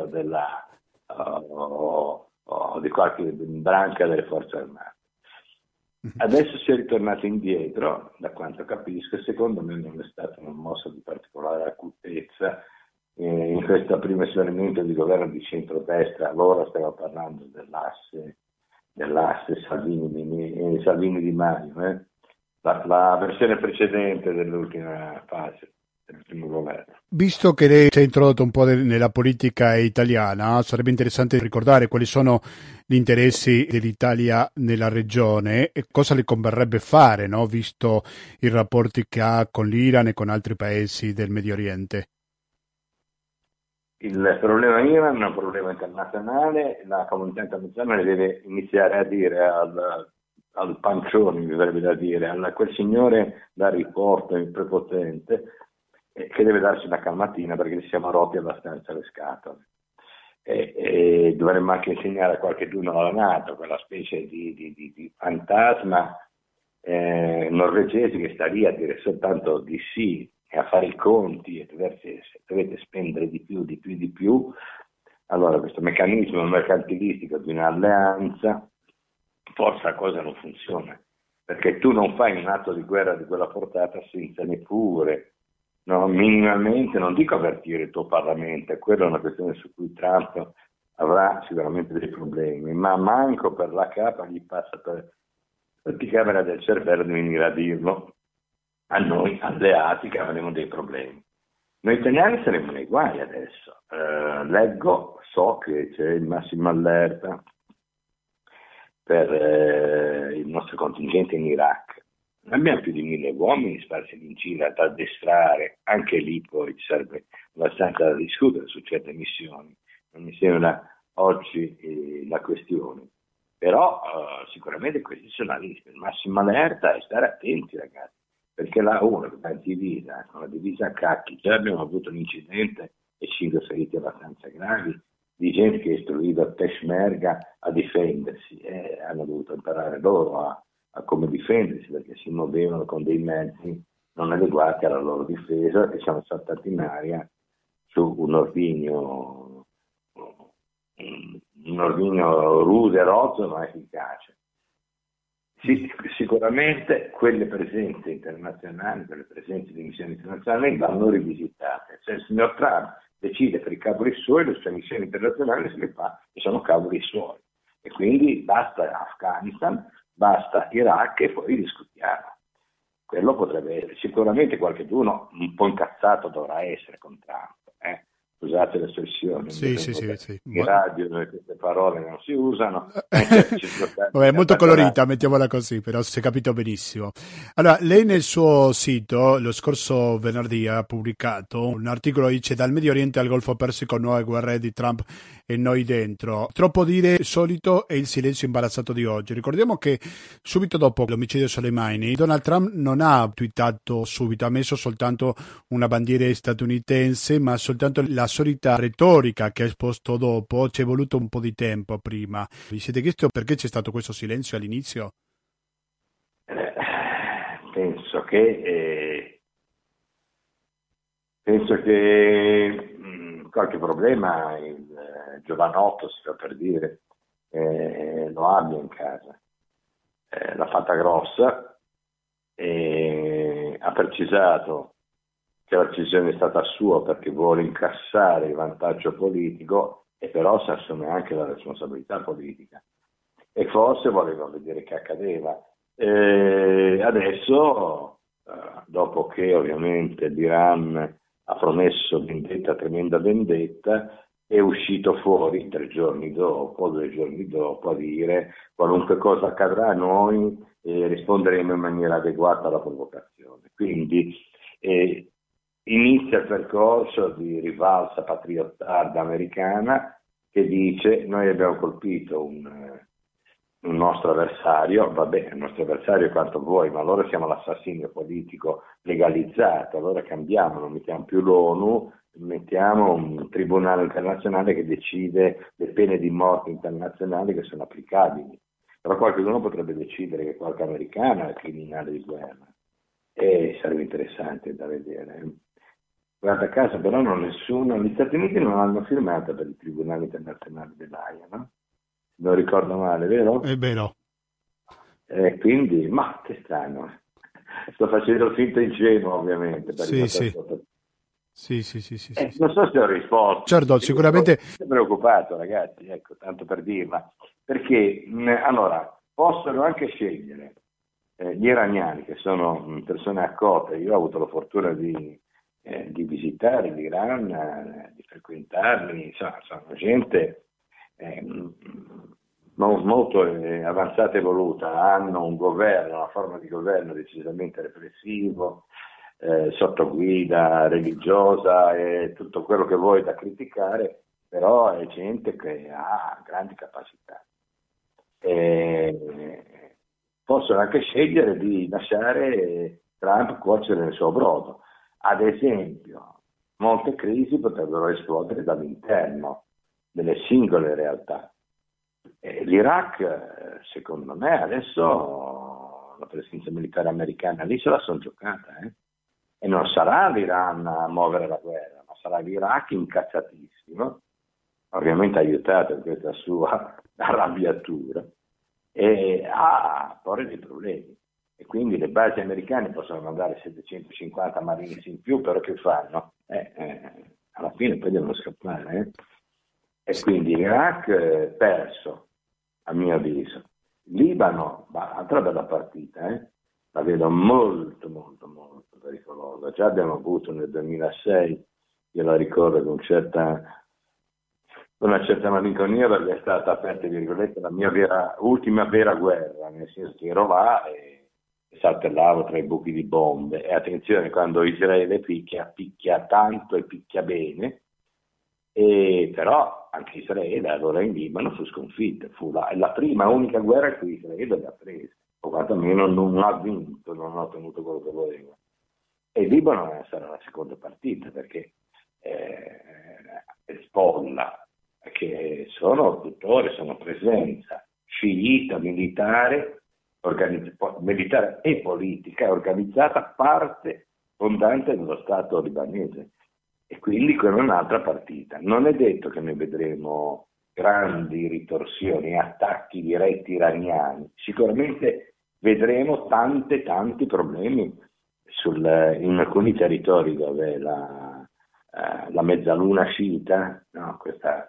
o di qualche branca delle forze armate. Adesso si è ritornato indietro, da quanto capisco, e secondo me non è stata una mossa di particolare acutezza in questo primo esperimento di governo di centrodestra. Allora stiamo parlando dell'asse Salvini-Di Maio, la versione precedente dell'ultima fase dell'ultimo governo. Visto che lei si è introdotto un po' nella politica italiana, sarebbe interessante ricordare quali sono gli interessi dell'Italia nella regione e cosa le converrebbe fare, no? Visto i rapporti che ha con l'Iran e con altri paesi del Medio Oriente. Il problema Iran è un problema internazionale, la comunità internazionale deve iniziare a dire al al pancione, mi verrebbe da dire, a quel signore da riporto prepotente che deve darsi una calmatina perché ci siamo rotti abbastanza le scatole. E dovremmo anche insegnare a qualcheduno alla NATO, quella specie di fantasma norvegese che sta lì a dire soltanto di sì e a fare i conti e dovete spendere di più. Allora questo meccanismo mercantilistico di un'alleanza, forse la cosa non funziona, perché tu non fai un atto di guerra di quella portata senza neppure minimamente, non dico avvertire il tuo Parlamento, quella è una questione su cui Trump avrà sicuramente dei problemi, ma manco per la capa gli passa per l'anticamera del cervello di venire a dirlo a noi alleati che avremo dei problemi. Noi italiani saremo nei guai adesso. So che c'è il massimo allerta per il nostro contingente in Iraq. Abbiamo più di 1.000 uomini sparsi in giro da addestrare, anche lì poi ci sarebbe abbastanza da discutere su certe missioni, non mi sembra oggi la questione, però sicuramente questi sono la lista, il massimo allerta è stare attenti ragazzi, perché là uno che va in divisa, con la divisa a cacchi, già abbiamo avuto un incidente e 5 feriti abbastanza gravi, di gente che è istruita a Peshmerga a difendersi e hanno dovuto imparare loro a come difendersi perché si muovevano con dei mezzi non adeguati alla loro difesa e siamo saltati in aria su un ordigno rude, rozzo ma efficace. Sì, sicuramente quelle presenze internazionali, quelle presenze di missioni internazionali vanno rivisitate. Se il signor Trump decide per i cavoli suoi, le sue missioni internazionali se le fa e sono cavoli suoi. E quindi basta Afghanistan, basta Iraq e poi discutiamo. Quello potrebbe essere. Sicuramente qualcuno un po' incazzato dovrà essere con Trump. Scusate l'espressione. Sì. In radio queste parole non si usano. Vabbè, è molto colorita, mettiamola così, però si è capito benissimo. Allora, lei nel suo sito lo scorso venerdì ha pubblicato un articolo che dice dal Medio Oriente al Golfo Persico, nuove guerre di Trump e noi dentro. Troppo dire solito è il silenzio imbarazzato di oggi. Ricordiamo che subito dopo l'omicidio Soleimani, Donald Trump non ha twittato subito, ha messo soltanto una bandiera statunitense, ma soltanto la solita retorica che ha esposto dopo. Ci è voluto un po' di tempo prima. Vi siete chiesto perché c'è stato questo silenzio all'inizio? Penso che qualche problema il giovanotto, si fa per dire, lo abbia in casa. L'ha fatta grossa e ha precisato che la decisione è stata sua perché vuole incassare il vantaggio politico e però si assume anche la responsabilità politica e forse voleva vedere che accadeva. Adesso, dopo che ovviamente l'Iran ha promesso vendetta, tremenda vendetta, è uscito fuori 2 giorni dopo a dire qualunque cosa accadrà noi risponderemo in maniera adeguata alla provocazione. Quindi inizia il percorso di rivalsa patriottarda americana che dice noi abbiamo colpito un nostro avversario, va bene, il nostro avversario è quanto vuoi, ma allora siamo l'assassinio politico legalizzato, allora cambiamo, non mettiamo più l'ONU, mettiamo un tribunale internazionale che decide le pene di morte internazionali che sono applicabili. Però qualcuno potrebbe decidere che qualche americano è criminale di guerra e sarebbe interessante da vedere. Guarda caso però gli Stati Uniti non hanno firmato per il Tribunale Internazionale dell'AIA, no? Non ricordo male, vero? È vero. Quindi, ma che strano. Sto facendo finta ingenuo ovviamente. Per Sì. Non so se ho risposto. Certo, sicuramente. Sono preoccupato ragazzi, ecco, tanto per dirla. Perché, allora, possono anche scegliere gli iraniani che sono persone accolte. Io ho avuto la fortuna di visitare l'Iran, di frequentarli, insomma, sono gente molto avanzata e evoluta, hanno un governo, una forma di governo decisamente repressivo, sotto guida religiosa e tutto quello che vuoi da criticare, però è gente che ha grandi capacità. possono anche scegliere di lasciare Trump cuocere nel suo brodo. Ad esempio, molte crisi potrebbero esplodere dall'interno delle singole realtà. L'Iraq, secondo me, adesso la presenza militare americana lì se la sono giocata, e non sarà l'Iran a muovere la guerra, ma sarà l'Iraq incazzatissimo, ovviamente aiutato in questa sua arrabbiatura, e a porre dei problemi. E quindi le basi americane possono mandare 750 Marines in più, però che fanno? Alla fine poi devono scappare. E quindi l'Iraq perso, a mio avviso. Libano, altra bella partita, la vedo molto molto molto pericolosa. Già abbiamo avuto nel 2006, io la ricordo con una certa malinconia, perché è stata, aperte virgolette, la mia ultima vera guerra, nel senso che ero là e saltellavo tra i buchi di bombe. E attenzione, quando Israele picchia tanto e picchia bene, e però anche Israele allora in Libano fu sconfitta, fu la prima unica guerra che Israele le ha prese, o quantomeno non ha vinto, non ha ottenuto quello che voleva. E il Libano sarà la seconda partita, perché Hezbollah, che sono presenza sciita militare e politica organizzata, parte fondante dello Stato libanese. E quindi quella è un'altra partita. Non è detto che noi vedremo grandi ritorsioni, attacchi diretti iraniani. Sicuramente vedremo tanti problemi in alcuni territori dove la mezzaluna sciita, no, questa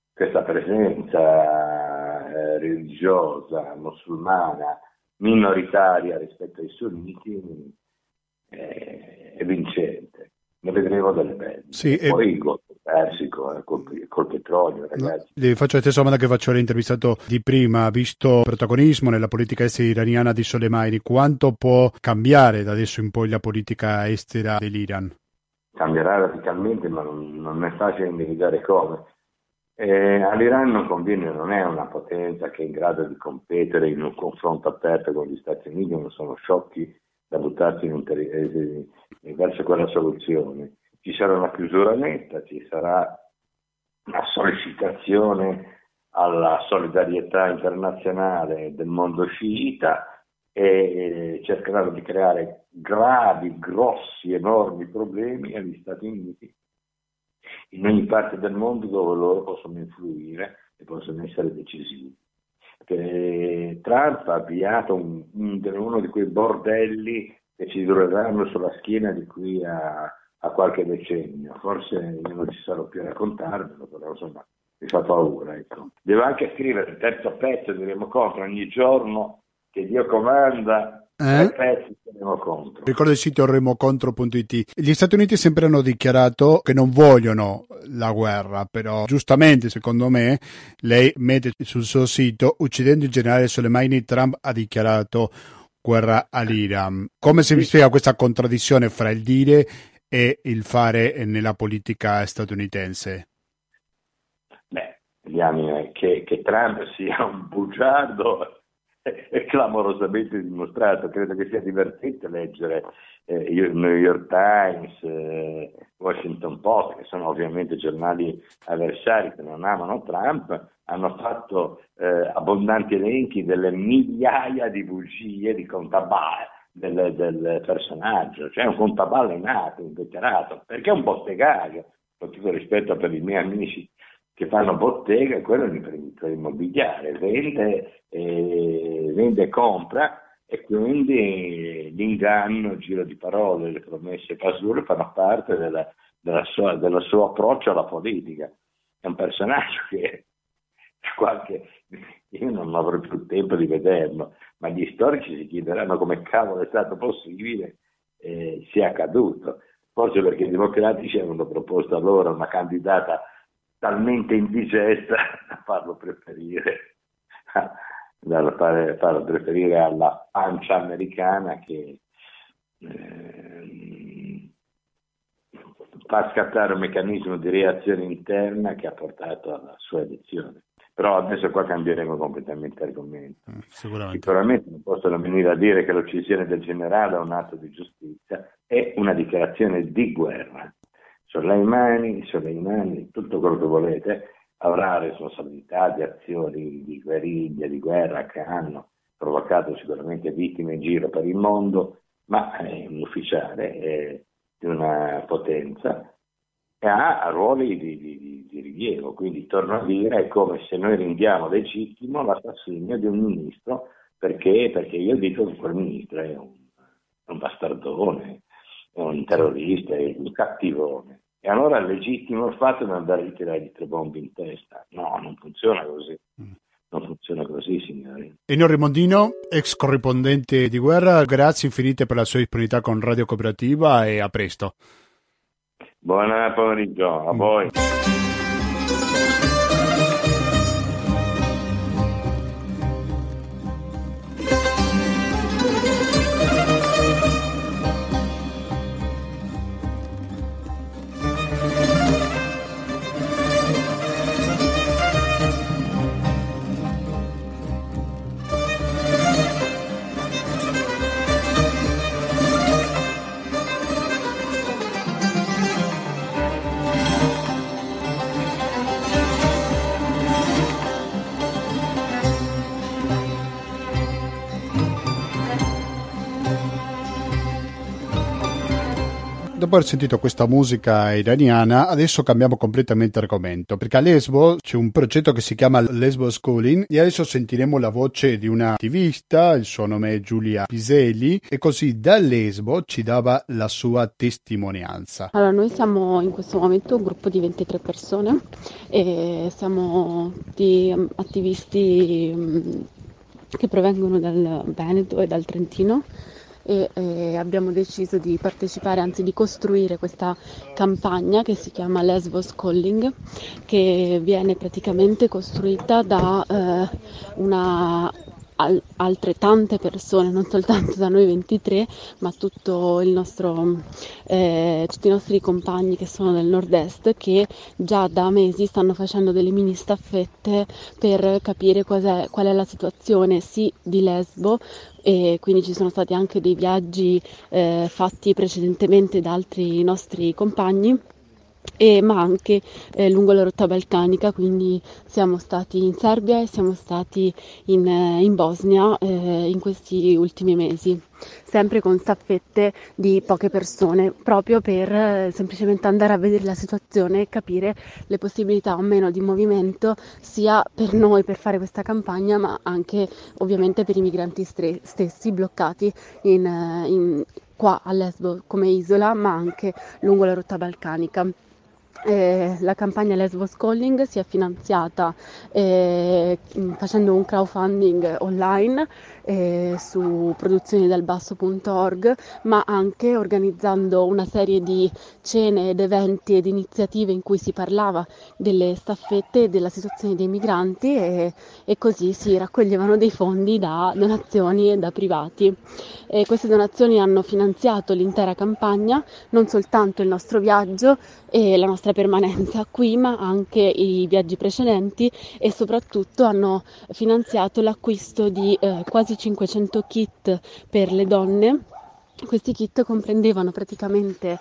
presenza religiosa musulmana minoritaria rispetto ai sunniti è vincente. Ne vedremo delle belle. Sì, e poi il Golfo Persico col petrolio, ragazzi. Le faccio la stessa domanda che faccio all'intervistato di prima. Visto il protagonismo nella politica estera iraniana di Soleimani, quanto può cambiare da adesso in poi la politica estera dell'Iran? Cambierà radicalmente, ma non è facile individuare come. All'Iran non conviene, non è una potenza che è in grado di competere in un confronto aperto con gli Stati Uniti, non sono sciocchi da buttarsi verso quella soluzione. Ci sarà una chiusura netta, ci sarà una sollecitazione alla solidarietà internazionale del mondo sciita e cercheranno di creare gravi, grossi, enormi problemi agli Stati Uniti in ogni parte del mondo dove loro possono influire e possono essere decisivi. Trump ha avviato uno di quei bordelli che ci dureranno sulla schiena di qui a qualche decennio. Forse io non ci sarò più a raccontarvelo, però insomma mi fa paura. Ecco. Devo anche scrivere il terzo pezzo di Remo Contro ogni giorno che Dio comanda. 3 pezzi che Remo Contro. Ricordo il sito remocontro.it. Gli Stati Uniti sempre hanno dichiarato che non vogliono la guerra, però giustamente secondo me lei mette sul suo sito: uccidendo il generale Soleimani, Trump ha dichiarato guerra all'Iran. Come si spiega questa contraddizione fra il dire e il fare nella politica statunitense? Vediamo che Trump sia un bugiardo è clamorosamente dimostrato. Credo che sia divertente leggere New York Times, Washington Post, che sono ovviamente giornali avversari che non amano Trump, hanno fatto abbondanti elenchi delle migliaia di bugie di contaballe del personaggio, cioè un contaballe nato, inveterato, perché è un bottegaio, con tutto rispetto per i miei amici che fanno bottega, quello è un imprenditore immobiliare, vende e compra, e quindi l'inganno, il giro di parole, le promesse fasure fanno parte del suo approccio alla politica. È un personaggio che io non avrò più tempo di vederlo, ma gli storici si chiederanno come cavolo è stato possibile sia accaduto. Forse perché i democratici avevano proposto allora una candidata talmente indigesta da farlo preferire alla pancia americana che fa scattare un meccanismo di reazione interna che ha portato alla sua elezione. Però adesso qua cambieremo completamente argomento. Sicuramente. Sicuramente non possono venire a dire che l'uccisione del generale è un atto di giustizia, è una dichiarazione di guerra. Soleimani, tutto quello che volete, avrà responsabilità di azioni di guerriglia, di guerra che hanno provocato sicuramente vittime in giro per il mondo, ma è un ufficiale di una potenza e ha ruoli di rilievo. Quindi torno a dire, è come se noi rendiamo legittimo l'assassinio di un ministro, perché io dico che quel ministro è un bastardone, è un terrorista, è un cattivone. E allora è legittimo il fatto di andare a ritirare 3 bombe in testa. No, non funziona così. Non funziona così, signori. Ennio Remondino, ex corrispondente di guerra, grazie infinite per la sua disponibilità con Radio Cooperativa e a presto. Buon pomeriggio a voi. Dopo aver sentito questa musica iraniana, adesso cambiamo completamente argomento, perché a Lesbo c'è un progetto che si chiama Lesbo Schooling e adesso sentiremo la voce di una attivista, il suo nome è Giulia Piselli, e così da Lesbo ci dava la sua testimonianza. Allora, noi siamo in questo momento un gruppo di 23 persone e siamo tutti attivisti che provengono dal Veneto e dal Trentino. E abbiamo deciso di partecipare, anzi di costruire questa campagna che si chiama Lesbos Calling, che viene praticamente costruita da altre tante persone, non soltanto da noi 23, ma tutti i nostri compagni che sono del nord-est, che già da mesi stanno facendo delle mini staffette per capire qual è la situazione sì di Lesbo, e quindi ci sono stati anche dei viaggi fatti precedentemente da altri nostri compagni, ma anche lungo la rotta balcanica, quindi siamo stati in Serbia e siamo stati in Bosnia in questi ultimi mesi, sempre con staffette di poche persone, proprio per semplicemente andare a vedere la situazione e capire le possibilità o meno di movimento, sia per noi per fare questa campagna, ma anche ovviamente per i migranti stessi bloccati qua a Lesbo come isola, ma anche lungo la rotta balcanica. La campagna Lesbos Calling si è finanziata facendo un crowdfunding online su produzionidelbasso.org, ma anche organizzando una serie di cene ed eventi ed iniziative in cui si parlava delle staffette e della situazione dei migranti, e così si raccoglievano dei fondi da donazioni e da privati. Queste donazioni hanno finanziato l'intera campagna, non soltanto il nostro viaggio e la nostra permanenza qui, ma anche i viaggi precedenti, e soprattutto hanno finanziato l'acquisto di quasi 500 kit per le donne. Questi kit comprendevano praticamente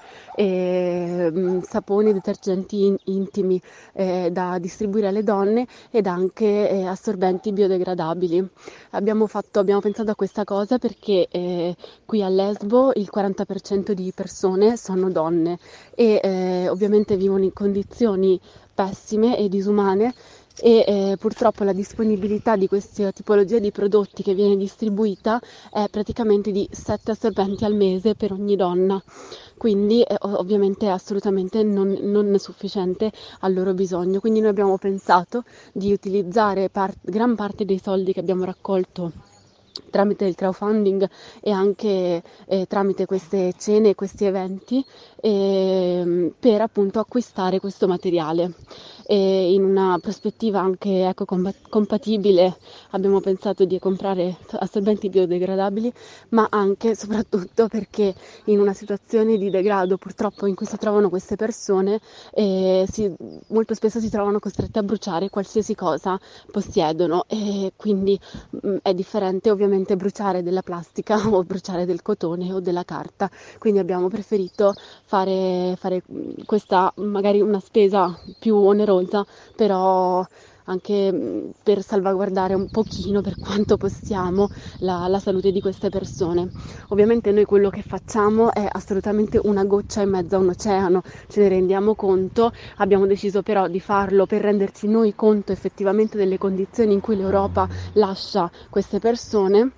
saponi, detergenti intimi da distribuire alle donne ed anche assorbenti biodegradabili. Abbiamo pensato a questa cosa perché qui a Lesbo il 40% di persone sono donne e ovviamente vivono in condizioni pessime e disumane, e purtroppo la disponibilità di questa tipologia di prodotti che viene distribuita è praticamente di 7 assorbenti al mese per ogni donna, quindi ovviamente è assolutamente non sufficiente al loro bisogno. Quindi noi abbiamo pensato di utilizzare gran parte dei soldi che abbiamo raccolto tramite il crowdfunding e anche tramite queste cene e questi eventi per appunto acquistare questo materiale. e in una prospettiva anche compatibile abbiamo pensato di comprare assorbenti biodegradabili, ma anche e soprattutto perché in una situazione di degrado purtroppo in cui si trovano queste persone molto spesso si trovano costrette a bruciare qualsiasi cosa possiedono, e quindi è differente ovviamente bruciare della plastica o bruciare del cotone o della carta, quindi abbiamo preferito fare questa magari una spesa più onerosa, però anche per salvaguardare un pochino, per quanto possiamo, la salute di queste persone. Ovviamente noi quello che facciamo è assolutamente una goccia in mezzo a un oceano, ce ne rendiamo conto, abbiamo deciso però di farlo per renderci noi conto effettivamente delle condizioni in cui l'Europa lascia queste persone,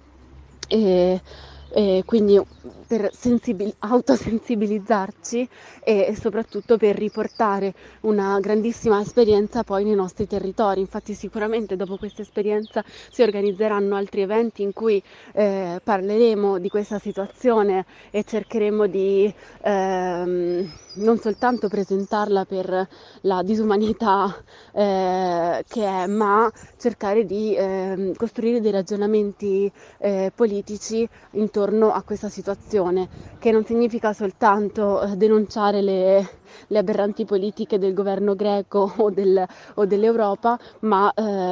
e quindi per autosensibilizzarci e soprattutto per riportare una grandissima esperienza poi nei nostri territori. Infatti sicuramente dopo questa esperienza si organizzeranno altri eventi in cui parleremo di questa situazione e cercheremo di non soltanto presentarla per la disumanità che è, ma cercare di costruire dei ragionamenti politici intorno a questa situazione, che non significa soltanto denunciare le aberranti politiche del governo greco o dell'Europa, ma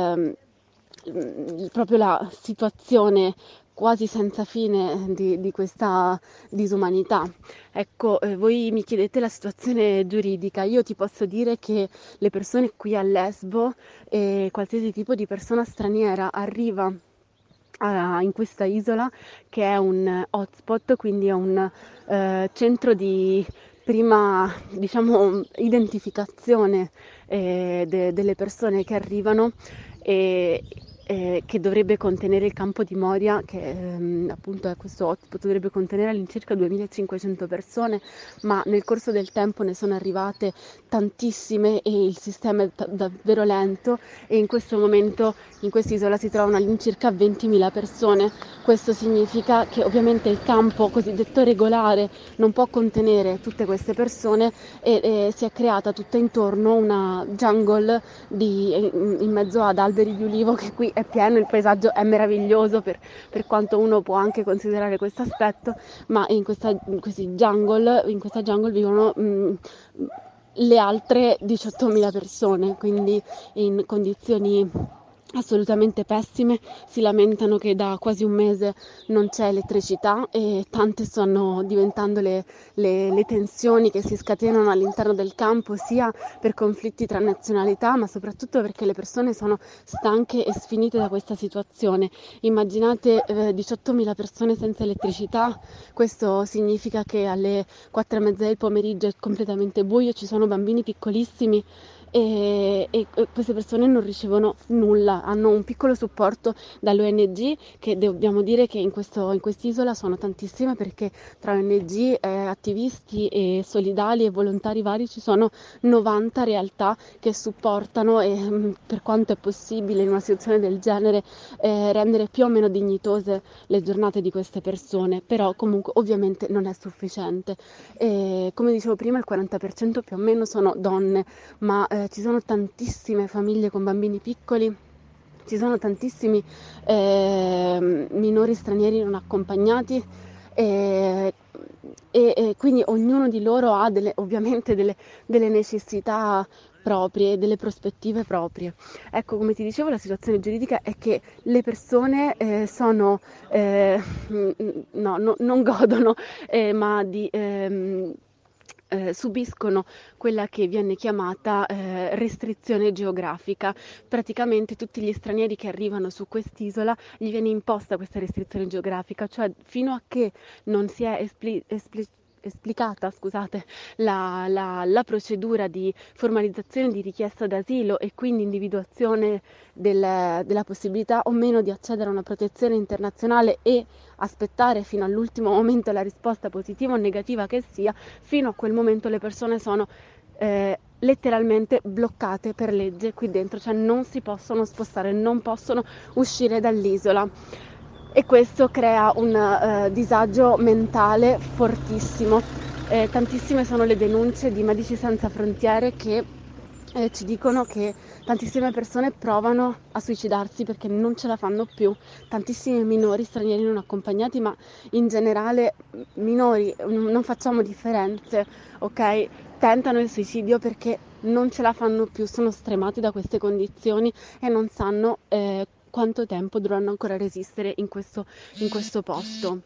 proprio la situazione quasi senza fine di questa disumanità. Ecco, voi mi chiedete la situazione giuridica, io ti posso dire che le persone qui a Lesbo e qualsiasi tipo di persona straniera arriva in questa isola, che è un hotspot, quindi è un centro di prima, diciamo, identificazione delle persone che arrivano, e che dovrebbe contenere il campo di Moria, che appunto è questo hotspot, dovrebbe contenere all'incirca 2500 persone, ma nel corso del tempo ne sono arrivate tantissime e il sistema è davvero lento, e in questo momento in quest'isola si trovano all'incirca 20.000 persone. Questo significa che ovviamente il campo cosiddetto regolare non può contenere tutte queste persone, e si è creata tutta intorno una jungle in mezzo ad alberi di ulivo, che qui è pieno, il paesaggio è meraviglioso per quanto uno può anche considerare questo aspetto, ma in questa jungle vivono le altre 18.000 persone, quindi in condizioni assolutamente pessime. Si lamentano che da quasi un mese non c'è elettricità, e tante stanno diventando le tensioni che si scatenano all'interno del campo, sia per conflitti tra nazionalità, ma soprattutto perché le persone sono stanche e sfinite da questa situazione. Immaginate 18.000 persone senza elettricità, questo significa che alle 4:30 del pomeriggio è completamente buio, ci sono bambini piccolissimi, e queste persone non ricevono nulla, hanno un piccolo supporto dall'ONG, che dobbiamo dire che in quest'isola sono tantissime, perché tra ONG, attivisti e solidali e volontari vari ci sono 90 realtà che supportano, e per quanto è possibile in una situazione del genere rendere più o meno dignitose le giornate di queste persone, però comunque ovviamente non è sufficiente. E, come dicevo prima, il 40% più o meno sono donne, ma ci sono tantissime famiglie con bambini piccoli, ci sono tantissimi minori stranieri non accompagnati, e quindi ognuno di loro ha ovviamente delle necessità proprie, delle prospettive proprie. Ecco, come ti dicevo, la situazione giuridica è che le persone non godono, ma subiscono quella che viene chiamata restrizione geografica. Praticamente tutti gli stranieri che arrivano su quest'isola gli viene imposta questa restrizione geografica, cioè fino a che non si è esplicata, la procedura di formalizzazione di richiesta d'asilo, e quindi individuazione della possibilità o meno di accedere a una protezione internazionale, e aspettare fino all'ultimo momento la risposta positiva o negativa che sia. Fino a quel momento le persone sono letteralmente bloccate per legge qui dentro, cioè non si possono spostare, non possono uscire dall'isola, e questo crea un disagio mentale fortissimo. Tantissime sono le denunce di Medici Senza Frontiere che ci dicono che tantissime persone provano a suicidarsi perché non ce la fanno più, tantissimi minori stranieri non accompagnati, ma in generale minori, non facciamo differenze, ok? Tentano il suicidio perché non ce la fanno più, sono stremati da queste condizioni e non sanno quanto tempo dovranno ancora resistere in questo posto.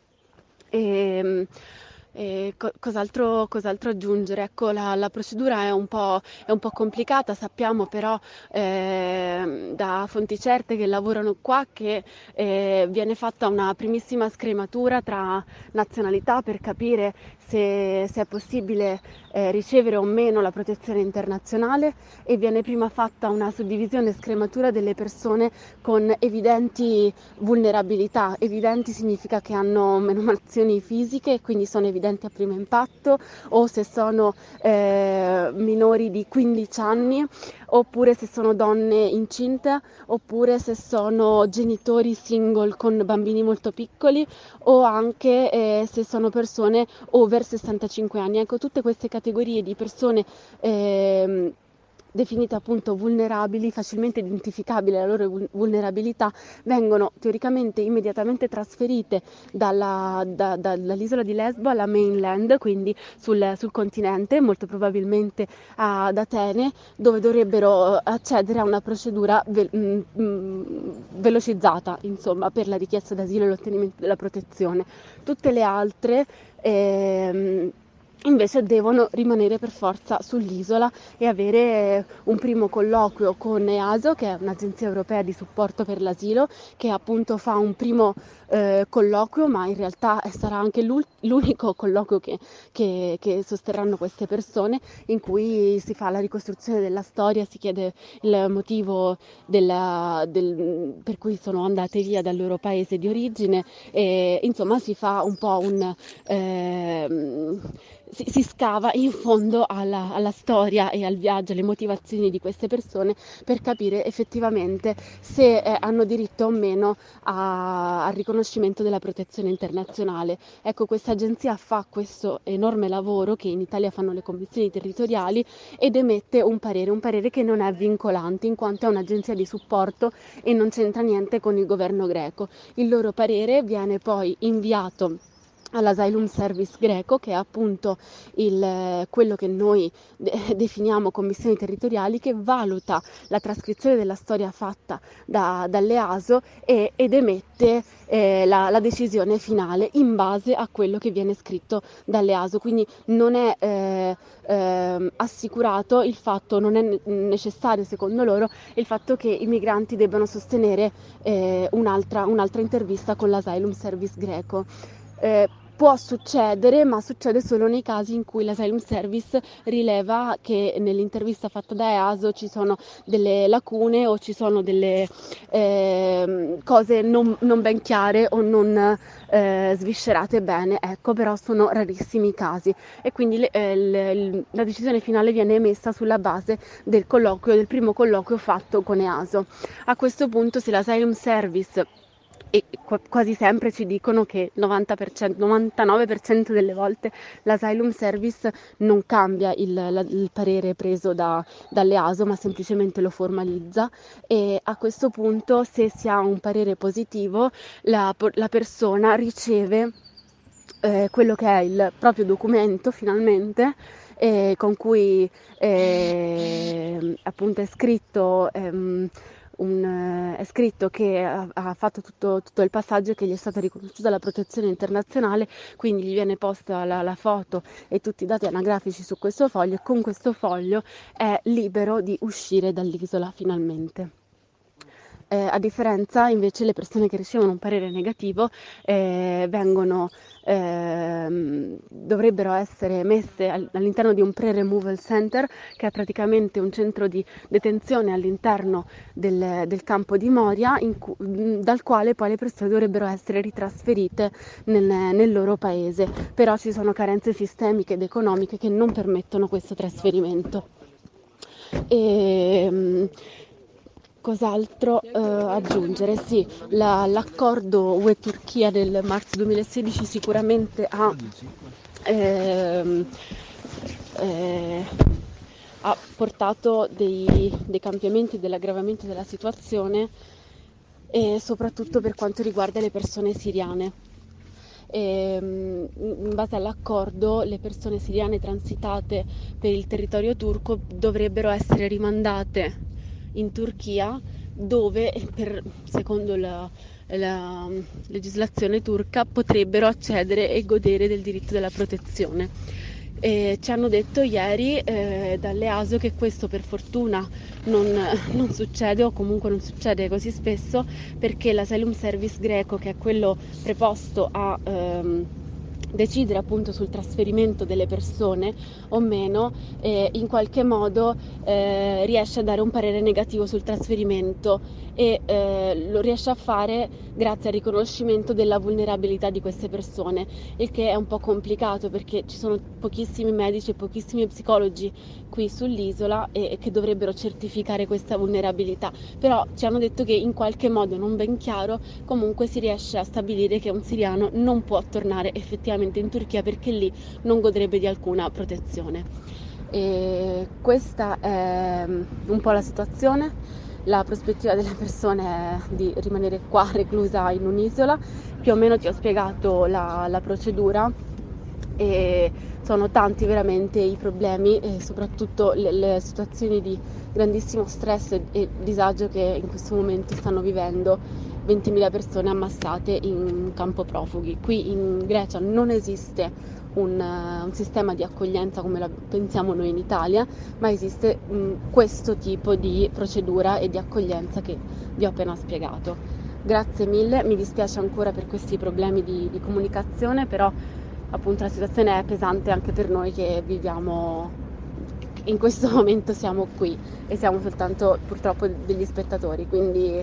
Cos'altro aggiungere? Ecco, la procedura è un po' complicata, sappiamo però da fonti certe che lavorano qua che viene fatta una primissima scrematura tra nazionalità per capire se è possibile ricevere o meno la protezione internazionale, e viene prima fatta una suddivisione e scrematura delle persone con evidenti vulnerabilità. Evidenti significa che hanno menomazioni fisiche e quindi sono evidenti a primo impatto, o se sono minori di 15 anni, oppure se sono donne incinte, oppure se sono genitori single con bambini molto piccoli, o anche se sono persone over 65 anni. Ecco, tutte queste categorie di persone definite appunto vulnerabili, facilmente identificabili la loro vulnerabilità, vengono teoricamente immediatamente trasferite dall'isola di Lesbo alla mainland, quindi sul continente, molto probabilmente ad Atene, dove dovrebbero accedere a una procedura velocizzata, insomma, per la richiesta d'asilo e l'ottenimento della protezione. Tutte le altre invece devono rimanere per forza sull'isola e avere un primo colloquio con EASO, che è un'agenzia europea di supporto per l'asilo, che appunto fa un primo colloquio, ma in realtà sarà anche l'unico colloquio che sosterranno queste persone, in cui si fa la ricostruzione della storia, si chiede il motivo per cui sono andate via dal loro paese di origine, e insomma si fa un po' si scava in fondo alla storia e al viaggio, alle motivazioni di queste persone, per capire effettivamente se hanno diritto o meno al riconoscimento della protezione internazionale. Ecco, questa agenzia fa questo enorme lavoro che in Italia fanno le commissioni territoriali ed emette un parere che non è vincolante, in quanto è un'agenzia di supporto e non c'entra niente con il governo greco. Il loro parere viene poi inviato all'Asylum Service greco, che è appunto quello che noi definiamo commissioni territoriali, che valuta la trascrizione della storia fatta dall'EASO ed emette la decisione finale in base a quello che viene scritto dall'EASO. Quindi non è assicurato il fatto, non è necessario secondo loro il fatto che i migranti debbano sostenere un'altra intervista con l'Asylum Service greco. Può succedere, ma succede solo nei casi in cui l'Asylum Service rileva che nell'intervista fatta da EASO ci sono delle lacune o ci sono delle cose non ben chiare o non sviscerate bene, ecco, però sono rarissimi i casi, e quindi la decisione finale viene emessa sulla base del primo colloquio fatto con EASO. A questo punto, se l'Asylum Service, e quasi sempre ci dicono che 99% delle volte l'Asylum Service non cambia il parere preso dall'EASO, ma semplicemente lo formalizza, e a questo punto, se si ha un parere positivo, la persona riceve quello che è il proprio documento finalmente, con cui appunto è scritto che ha fatto tutto il passaggio, che gli è stata riconosciuta la protezione internazionale, quindi gli viene posta la foto e tutti i dati anagrafici su questo foglio, e con questo foglio è libero di uscire dall'isola finalmente. A differenza, invece, le persone che ricevono un parere negativo dovrebbero essere messe all'interno di un pre-removal center, che è praticamente un centro di detenzione all'interno del campo di Moria, dal quale poi le persone dovrebbero essere ritrasferite nel loro paese. Però ci sono carenze sistemiche ed economiche che non permettono questo trasferimento. Cos'altro aggiungere? Sì, l'accordo UE-Turchia del marzo 2016 sicuramente ha ha portato dei cambiamenti, dell'aggravamento della situazione, e soprattutto per quanto riguarda le persone siriane. In base all'accordo, le persone siriane transitate per il territorio turco dovrebbero essere rimandate in Turchia, dove secondo la legislazione turca potrebbero accedere e godere del diritto della protezione. Ci hanno detto ieri dall'EASO che questo per fortuna non succede, o comunque non succede così spesso, perché l'Asylum Service greco, che è quello preposto a decidere appunto sul trasferimento delle persone o meno, in qualche modo riesce a dare un parere negativo sul trasferimento, e lo riesce a fare grazie al riconoscimento della vulnerabilità di queste persone, il che è un po' complicato perché ci sono pochissimi medici e pochissimi psicologi qui sull'isola e che dovrebbero certificare questa vulnerabilità. Però ci hanno detto che in qualche modo, non ben chiaro, comunque si riesce a stabilire che un siriano non può tornare effettivamente in Turchia perché lì non godrebbe di alcuna protezione. E questa è un po' la situazione. La prospettiva delle persone è di rimanere qua reclusa in un'isola. Più o meno ti ho spiegato la procedura, e sono tanti veramente i problemi e soprattutto le situazioni di grandissimo stress e disagio che in questo momento stanno vivendo 20.000 persone ammassate in campo profughi. Qui in Grecia non esiste un sistema di accoglienza come la pensiamo noi in Italia, ma esiste questo tipo di procedura e di accoglienza che vi ho appena spiegato. Grazie mille, mi dispiace ancora per questi problemi di comunicazione, però appunto la situazione è pesante anche per noi che viviamo, in questo momento siamo qui e siamo soltanto purtroppo degli spettatori, quindi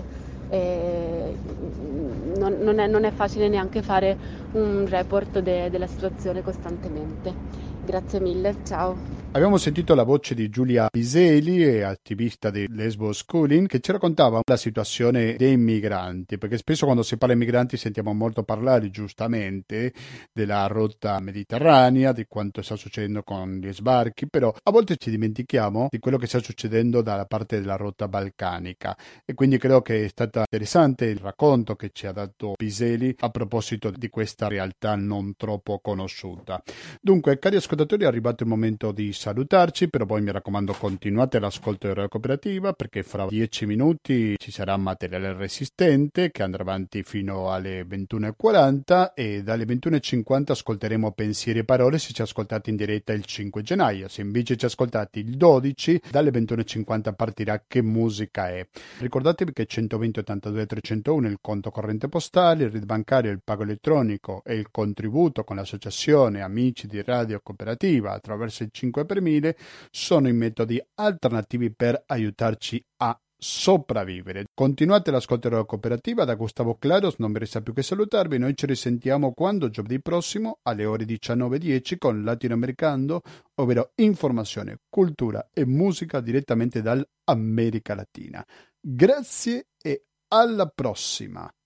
non è facile neanche fare un report della situazione costantemente. Grazie mille, ciao. Abbiamo sentito la voce di Giulia Piseli, attivista di Lesbos Schooling, che ci raccontava la situazione dei migranti, perché spesso quando si parla di migranti sentiamo molto parlare giustamente della rotta mediterranea, di quanto sta succedendo con gli sbarchi, però a volte ci dimentichiamo di quello che sta succedendo dalla parte della rotta balcanica, e quindi credo che è stato interessante il racconto che ci ha dato Piseli a proposito di questa realtà non troppo conosciuta. Dunque, cari ascoltatori, è arrivato il momento di salutarci, però poi mi raccomando continuate l'ascolto di Radio Cooperativa, perché fra 10 minuti ci sarà materiale resistente che andrà avanti fino alle 21:40 e dalle 21:50 ascolteremo Pensieri e Parole se ci ascoltate in diretta il 5 gennaio. Se invece ci ascoltate il 12, dalle 21:50 partirà Che musica è. Ricordatevi che 120 82 301 è il conto corrente postale, il RID bancario, il pago elettronico e il contributo con l'associazione Amici di Radio Cooperativa attraverso il 5 per 1000 sono i metodi alternativi per aiutarci a sopravvivere. Continuate l'ascolto della cooperativa. Da Gustavo Claros non mi resta più che salutarvi. Noi ci risentiamo quando giovedì prossimo alle ore 19:10 con Latinoamericano, ovvero informazione, cultura e musica direttamente dall'America Latina. Grazie e alla prossima.